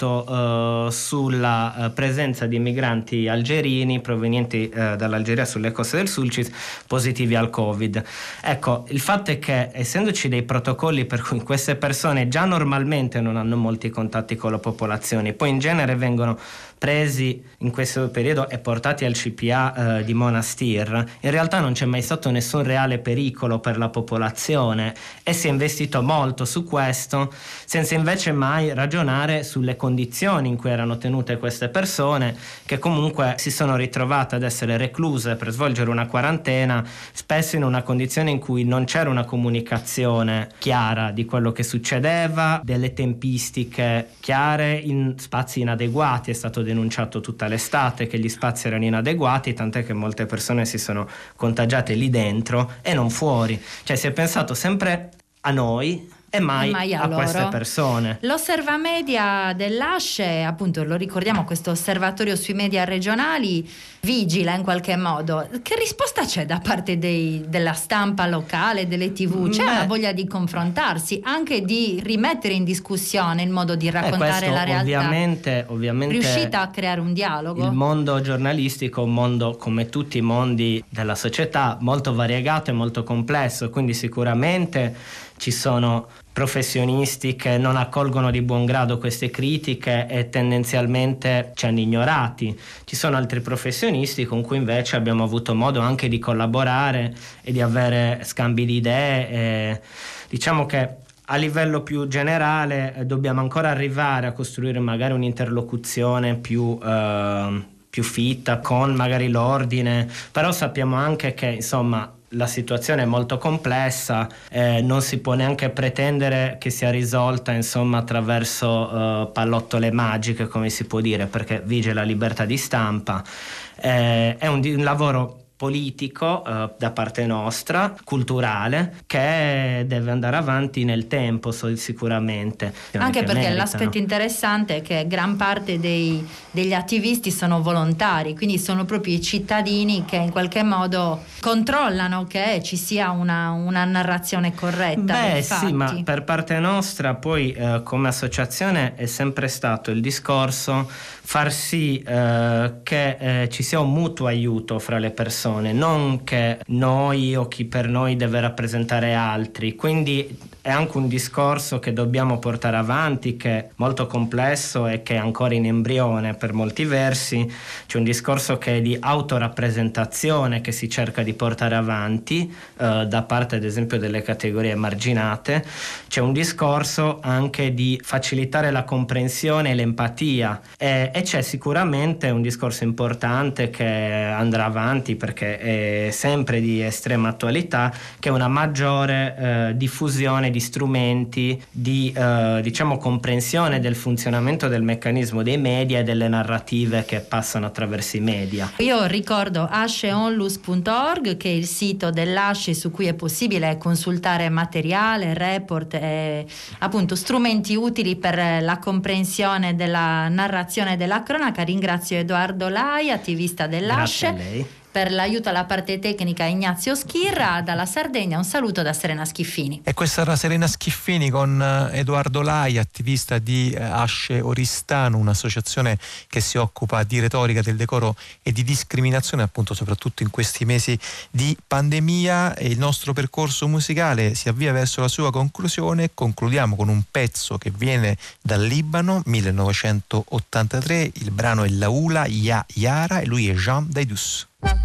molto sulla presenza di migranti algerini provenienti dall'Algeria sulle coste del Sulcis positivi al Covid. Ecco, il fatto è che essendoci dei protocolli per cui queste persone già normalmente non hanno molti contatti con la popolazione, poi in genere vengono presi in questo periodo e portati al CPA di Monastir, in realtà non c'è mai stato nessun reale pericolo per la popolazione e si è investito molto su questo senza invece mai ragionare sulle condizioni in cui erano tenute queste persone, che comunque si sono ritrovate ad essere recluse per svolgere una quarantena, spesso in una condizione in cui non c'era una comunicazione chiara di quello che succedeva, delle tempistiche chiare, in spazi inadeguati. È stato denunciato tutta l'estate che gli spazi erano inadeguati, tant'è che molte persone si sono contagiate lì dentro e non fuori. Cioè si è pensato sempre a noi e mai a queste persone. L'Osservamedia dell'Asce, appunto lo ricordiamo, questo osservatorio sui media regionali vigila in qualche modo. Che risposta c'è da parte della stampa locale, delle TV? C'è una voglia di confrontarsi, anche di rimettere in discussione il modo di raccontare la realtà? Ovviamente riuscita a creare un dialogo? Il mondo giornalistico è un mondo, come tutti i mondi della società, molto variegato e molto complesso, quindi sicuramente ci sono professionisti che non accolgono di buon grado queste critiche e tendenzialmente ci hanno ignorati. Ci sono altri professionisti con cui invece abbiamo avuto modo anche di collaborare e di avere scambi di idee. Diciamo che a livello più generale dobbiamo ancora arrivare a costruire magari un'interlocuzione più fitta con magari l'ordine, però sappiamo anche che insomma la situazione è molto complessa, non si può neanche pretendere che sia risolta insomma attraverso pallottole magiche, come si può dire, perché vige la libertà di stampa. È un lavoro politico da parte nostra, culturale, che deve andare avanti nel tempo sicuramente. Anche perché l'aspetto interessante è che gran parte degli attivisti sono volontari, quindi sono proprio i cittadini che in qualche modo controllano che ci sia una narrazione corretta. Beh sì, ma per parte nostra poi come associazione è sempre stato il discorso far sì che ci sia un mutuo aiuto fra le persone, non che noi o chi per noi deve rappresentare altri. Quindi è anche un discorso che dobbiamo portare avanti, che è molto complesso e che è ancora in embrione per molti versi. C'è un discorso che è di autorappresentazione che si cerca di portare avanti da parte ad esempio delle categorie emarginate. C'è un discorso anche di facilitare la comprensione e l'empatia e c'è sicuramente un discorso importante che andrà avanti perché è sempre di estrema attualità, che è una maggiore diffusione di strumenti di diciamo comprensione del funzionamento del meccanismo dei media e delle narrative che passano attraverso i media. Io ricordo asceonlus.org, che è il sito dell'Asce su cui è possibile consultare materiale, report e appunto strumenti utili per la comprensione della narrazione della cronaca. Ringrazio Edoardo Lai, attivista dell'Asce. Grazie a lei. Per l'aiuto alla parte tecnica Ignazio Schirra, dalla Sardegna un saluto da Serena Schiffini. E questa era Serena Schiffini con Edoardo Lai, attivista di Asce Oristano, un'associazione che si occupa di retorica del decoro e di discriminazione, appunto soprattutto in questi mesi di pandemia. E il nostro percorso musicale si avvia verso la sua conclusione. Concludiamo con un pezzo che viene dal Libano, 1983, il brano è Laoula Ya Yara e lui è Jean Daidous.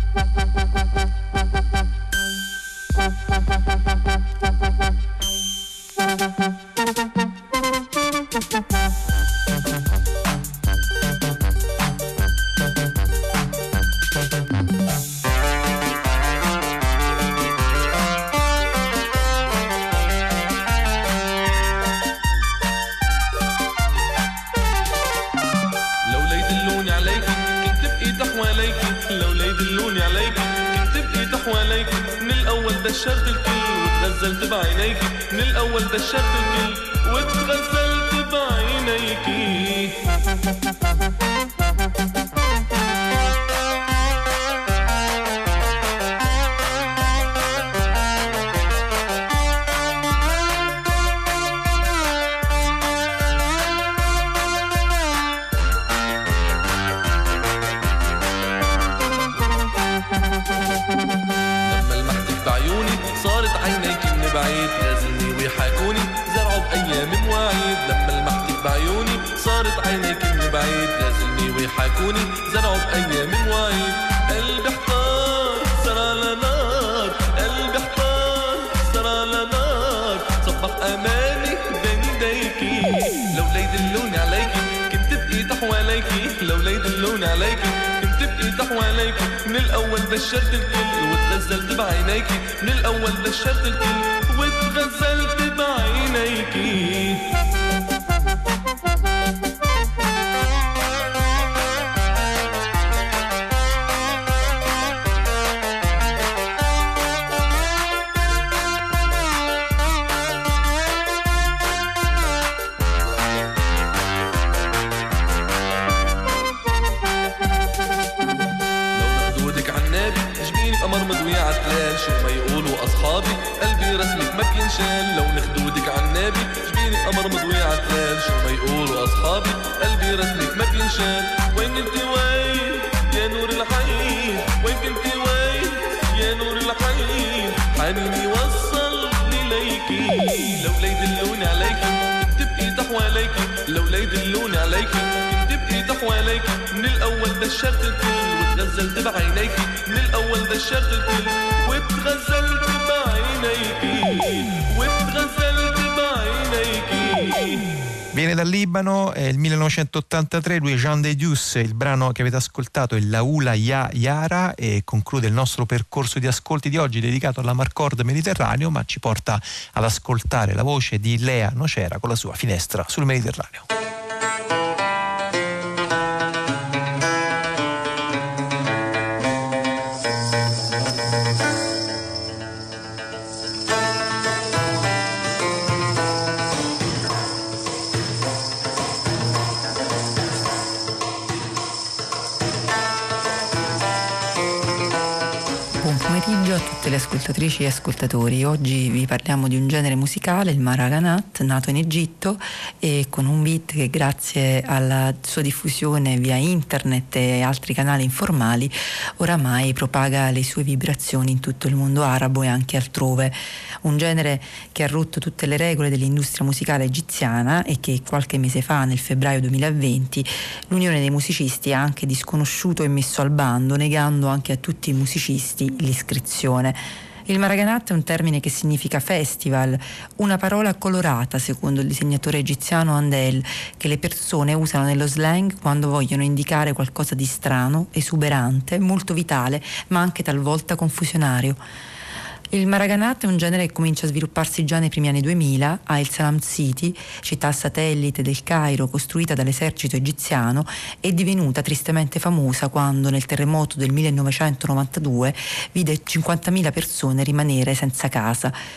دشرت الكل وتغزلت بعينيكي من الأول دشرت الكل وتغزلت بعينيكي بعيد غازلني ويحاكوني زرعوا بأيام مواعيد لما لمحتك بعيوني صارت عينيك من بعيد غازلني ويحاكوني زرعوا بأيام مواعيد قلبي احتار صار على نار قلبي احتار صار على نار صبح أماني بين ايديكي لو لا يدلوني عليكي كنت بقيت حواليكي لو لا يدلوني عليكي كنت بقيت حواليكي من الأول دشرت الكل وتغزلت بعينيكي من الأول دشرت الكل وتغزلت بعينيكي شو ما يقولوا أصحابي قلبي رسمك ما بينشال لو نخدودك عالنبي جبينك قمر مضوي عالتلال شو ما يقولوا أصحابي قلبي رسمك ما بينشال وين انت وين يا نور العين وين كنت وين يا نور العين حنيني وصلني ليكي لو لا يدلوني عليكي كنت بقيت حواليكي لو لا يدلوني عليكي كنت بقيت حواليكي من الأول دشرت الكل وتغزلت بعينيكي من الأول دشرت الكل وتغزلت بعينيكي وتغزلت بعينيكي. Viene dal Libano, è il 1983, lui è Jean Daidous, il brano che avete ascoltato è Laoula Ya Yara e conclude il nostro percorso di ascolti di oggi dedicato alla Marcord Mediterraneo, ma ci porta ad ascoltare la voce di Lea Nocera con la sua Finestra sul Mediterraneo. A tutte le ascoltatrici e ascoltatori. Oggi vi parliamo di un genere musicale, il Maraganat, nato in Egitto e con un beat che grazie alla sua diffusione via internet e altri canali informali oramai propaga le sue vibrazioni in tutto il mondo arabo e anche altrove. Un genere che ha rotto tutte le regole dell'industria musicale egiziana e che qualche mese fa, nel febbraio 2020, l'Unione dei musicisti ha anche disconosciuto e messo al bando, negando anche a tutti i musicisti l'iscrizione. Il Maraganat è un termine che significa festival, una parola colorata secondo il disegnatore egiziano Handel, che le persone usano nello slang quando vogliono indicare qualcosa di strano, esuberante, molto vitale, ma anche talvolta confusionario. Il Maraganat è un genere che comincia a svilupparsi già nei primi anni 2000 a El Salam City, città satellite del Cairo costruita dall'esercito egiziano, è divenuta tristemente famosa quando nel terremoto del 1992 vide 50.000 persone rimanere senza casa.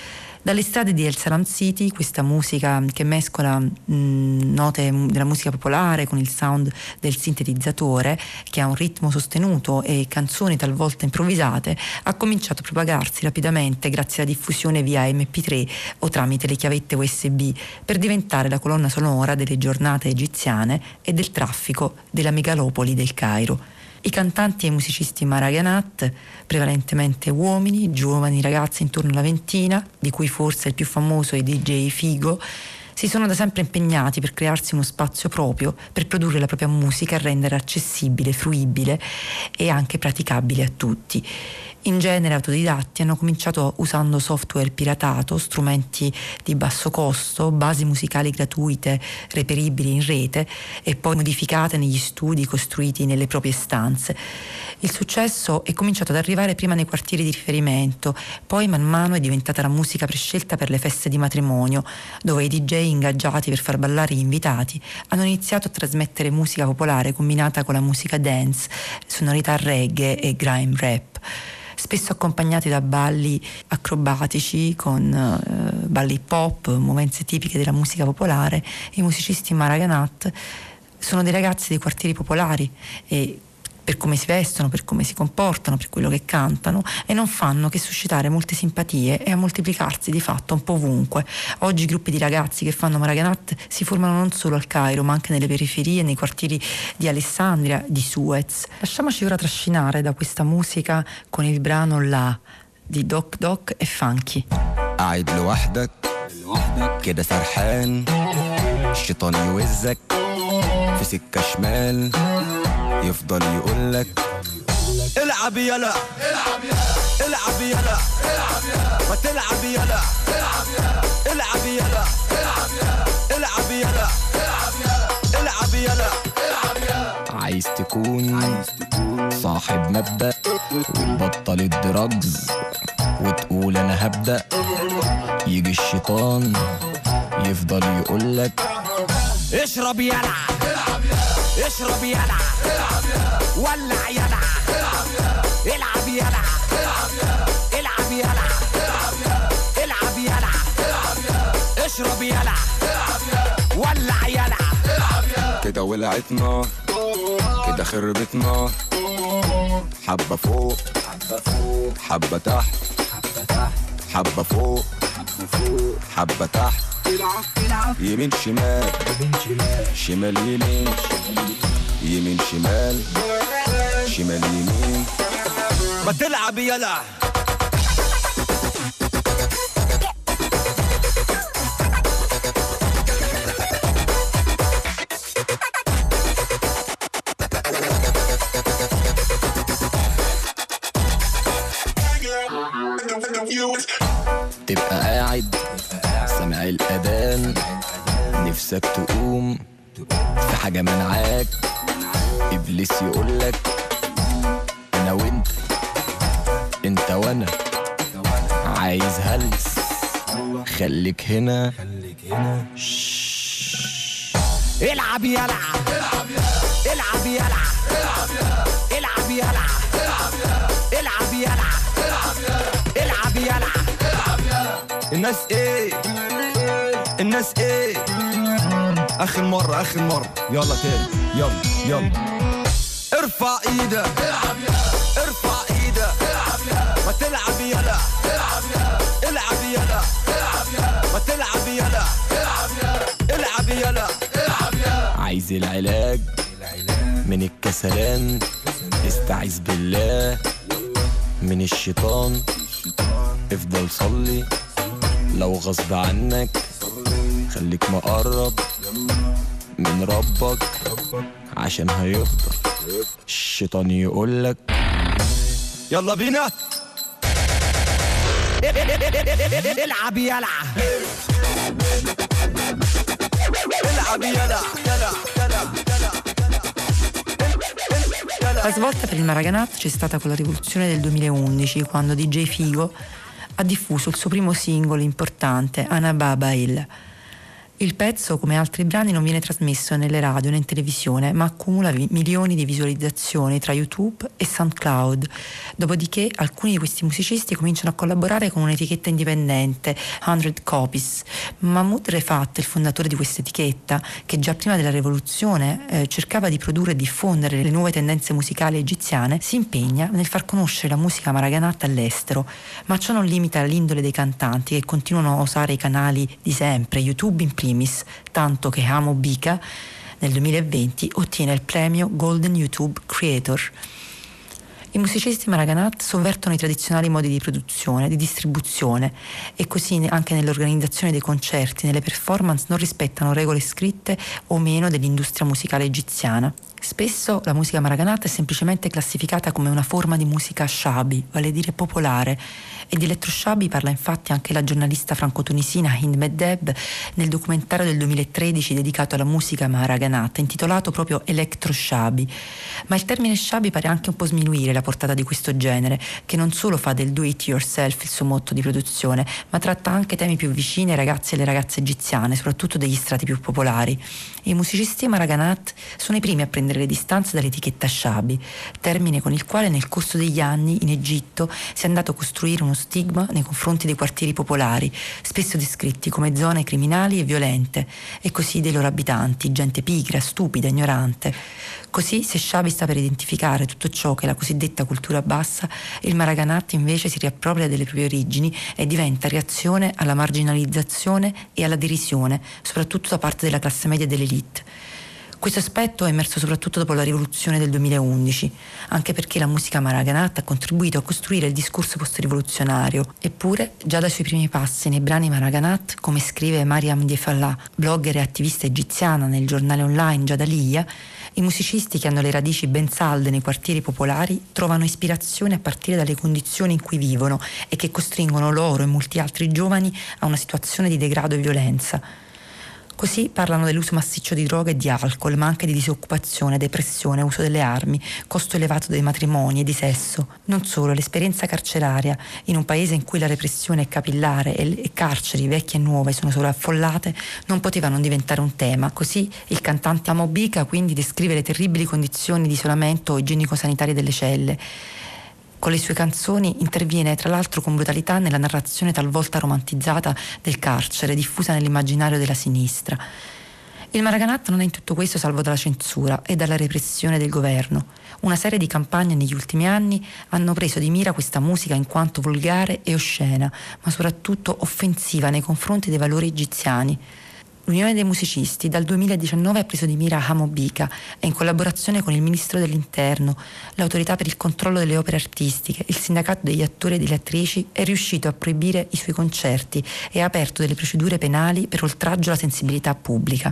Dalle strade di El Salam City, questa musica che mescola note della musica popolare con il sound del sintetizzatore, che ha un ritmo sostenuto e canzoni talvolta improvvisate, ha cominciato a propagarsi rapidamente grazie alla diffusione via MP3 o tramite le chiavette USB, per diventare la colonna sonora delle giornate egiziane e del traffico della megalopoli del Cairo. I cantanti e i musicisti Maraganat, prevalentemente uomini, giovani ragazzi intorno alla ventina, di cui forse il più famoso è DJ Figo, si sono da sempre impegnati per crearsi uno spazio proprio per produrre la propria musica e rendere accessibile, fruibile e anche praticabile a tutti. In genere autodidatti, hanno cominciato usando software piratato, strumenti di basso costo, basi musicali gratuite reperibili in rete e poi modificate negli studi costruiti nelle proprie stanze. Il successo è cominciato ad arrivare prima nei quartieri di riferimento, poi man mano è diventata la musica prescelta per le feste di matrimonio, dove i DJ ingaggiati per far ballare gli invitati hanno iniziato a trasmettere musica popolare combinata con la musica dance, sonorità reggae e grime rap, spesso accompagnati da balli acrobatici con balli hip hop, movenze tipiche della musica popolare. I musicisti Maraganat sono dei ragazzi dei quartieri popolari e per come si vestono, per come si comportano, per quello che cantano, e non fanno che suscitare molte simpatie e a moltiplicarsi di fatto un po' ovunque. Oggi gruppi di ragazzi che fanno Maraganat si formano non solo al Cairo, ma anche nelle periferie, nei quartieri di Alessandria, di Suez. Lasciamoci ora trascinare da questa musica con il brano La di Doc Doc e Funky. قاعد لوحدك كده سرحان الشيطان يوزك في سكة شمال يفضل يقولك العب يلا العب يلا العب يلا العب يلا ما تلعب يلا العب يلا العب يلا العب يلا العب يلا العب يلا عايز تكون صاحب مبدأ وتبطل الدراجز وتقول انا هبدأ يجي الشيطان يفضل يقولك اشرب يلا اشرب يلا ولع يلا العب يلا العب يلا العب يلا اشرب يلا ولع يلا كده ولعت نار كده خربت نار حبة فوق حبة تحت حبة فوق حبة تحت يمين شمال شمال يمين يمين شمال شمال يمين ما تلعب يلا تبقى قاعد سامع الأذان نفسك تقوم في حاجة منعاك إبليس يقولك أنا وإنت أنت وأنا عايز هلس خليك هنا العب يلا العب يلا العب يلا العب يلا العب يلا الناس ايه الناس ايه اخر مرة اخر مرة يلا تاني يلا يلا ارفع ايدك ارفع ايدك ما تلعب يلا العب يلا ما تلعب يلا العب يلا عايز العلاج من الكسلان استعيذ بالله من الشيطان افضل صلي لو غصب عنك خليك مقرب من ربك عشان هيفضل الشيطان يقولك يلا بينا العب يلا العب يلا La svolta per il Maraganat c'è stata con la rivoluzione del 2011, quando DJ Figo ha diffuso il suo primo singolo importante, Ana Baba Il. Il pezzo, come altri brani, non viene trasmesso nelle radio né in televisione, ma accumula milioni di visualizzazioni tra YouTube e SoundCloud. Dopodiché alcuni di questi musicisti cominciano a collaborare con un'etichetta indipendente, 100 Copies. Mahmoud Refat, il fondatore di questa etichetta, che già prima della rivoluzione cercava di produrre e diffondere le nuove tendenze musicali egiziane, si impegna nel far conoscere la musica Maraganat all'estero. Ma ciò non limita l'indole dei cantanti, che continuano a usare i canali di sempre, YouTube in primis, tanto che Hamo Bika nel 2020 ottiene il premio Golden YouTube Creator. I musicisti Maraganat sovvertono i tradizionali modi di produzione, di distribuzione, e così anche nell'organizzazione dei concerti, nelle performance non rispettano regole scritte o meno dell'industria musicale egiziana. Spesso la musica Maraganat è semplicemente classificata come una forma di musica shabi, vale a dire popolare, e di elettroshabi parla infatti anche la giornalista franco-tunisina Hind Meddeb nel documentario del 2013 dedicato alla musica Maraganat, intitolato proprio Electroshabi. Ma il termine shabi pare anche un po' sminuire la portata di questo genere, che non solo fa del do it yourself il suo motto di produzione, ma tratta anche temi più vicini ai ragazzi e alle ragazze egiziane, soprattutto degli strati più popolari. I musicisti Maraganat sono i primi a prendere le distanze dall'etichetta shabi, termine con il quale nel corso degli anni in Egitto si è andato a costruire uno stigma nei confronti dei quartieri popolari, spesso descritti come zone criminali e violente, e così dei loro abitanti, gente pigra, stupida, ignorante. Così, se shabi sta per identificare tutto ciò che è la cosiddetta cultura bassa, il Maraganat invece si riappropria delle proprie origini e diventa reazione alla marginalizzazione e alla derisione, soprattutto da parte della classe media e dell'elite. Questo aspetto è emerso soprattutto dopo la rivoluzione del 2011, anche perché la musica Maraganat ha contribuito a costruire il discorso post-rivoluzionario. Eppure, già dai suoi primi passi nei brani Maraganat, come scrive Mariam Diefallah, blogger e attivista egiziana nel giornale online Jadaliyya, i musicisti che hanno le radici ben salde nei quartieri popolari trovano ispirazione a partire dalle condizioni in cui vivono e che costringono loro e molti altri giovani a una situazione di degrado e violenza. Così parlano dell'uso massiccio di droga e di alcol, ma anche di disoccupazione, depressione, uso delle armi, costo elevato dei matrimoni e di sesso. Non solo, l'esperienza carceraria, in un paese in cui la repressione è capillare e le carceri vecchie e nuove sono sovraffollate, non poteva non diventare un tema. Così il cantante Hamo Bika quindi descrive le terribili condizioni di isolamento igienico-sanitarie delle celle. Con le sue canzoni interviene tra l'altro con brutalità nella narrazione talvolta romantizzata del carcere, diffusa nell'immaginario della sinistra. Il Maraganat non è in tutto questo salvo dalla censura e dalla repressione del governo. Una serie di campagne negli ultimi anni hanno preso di mira questa musica in quanto volgare e oscena, ma soprattutto offensiva nei confronti dei valori egiziani. L'Unione dei musicisti dal 2019 ha preso di mira Hamo Bika e in collaborazione con il Ministro dell'Interno, l'Autorità per il controllo delle opere artistiche, il Sindacato degli attori e delle attrici è riuscito a proibire i suoi concerti e ha aperto delle procedure penali per oltraggio alla sensibilità pubblica.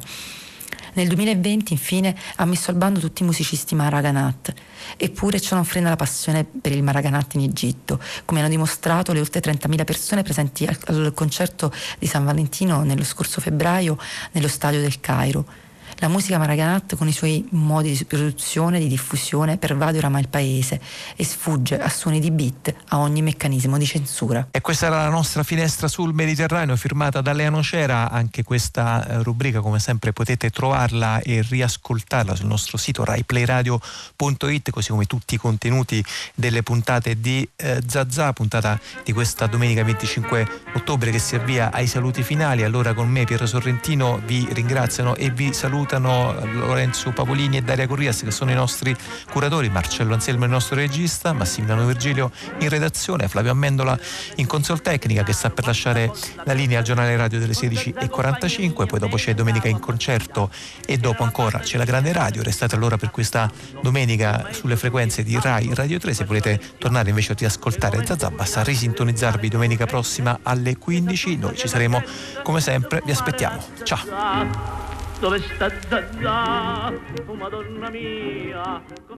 Nel 2020 infine ha messo al bando tutti i musicisti Maraganat. Eppure ciò non frena la passione per il Maraganat in Egitto, come hanno dimostrato le oltre 30.000 persone presenti al concerto di San Valentino nello scorso febbraio nello stadio del Cairo. La musica Maraganat con i suoi modi di produzione e di diffusione pervade oramai il paese e sfugge a suoni di beat a ogni meccanismo di censura. E questa era la nostra finestra sul Mediterraneo firmata da Lea Nocera. Anche questa rubrica come sempre potete trovarla e riascoltarla sul nostro sito raiplayradio.it, così come tutti i contenuti delle puntate di Zazà, puntata di questa domenica 25 ottobre che si avvia ai saluti finali. Allora con me Piero Sorrentino vi ringraziano e vi salutano Lorenzo Pavolini e Daria Corrias, che sono i nostri curatori, Marcello Anselmo il nostro regista, Massimiliano Virgilio in redazione, Flavio Amendola in console tecnica, che sta per lasciare la linea al giornale radio delle 16:45. Poi dopo c'è Domenica in concerto e dopo ancora c'è la Grande Radio. Restate allora per questa domenica sulle frequenze di Rai Radio 3. Se volete tornare invece a riascoltare Zazà, basta risintonizzarvi domenica prossima alle 15. Noi ci saremo come sempre, vi aspettiamo. Ciao. Dove sta Zazà? Oh Madonna mia.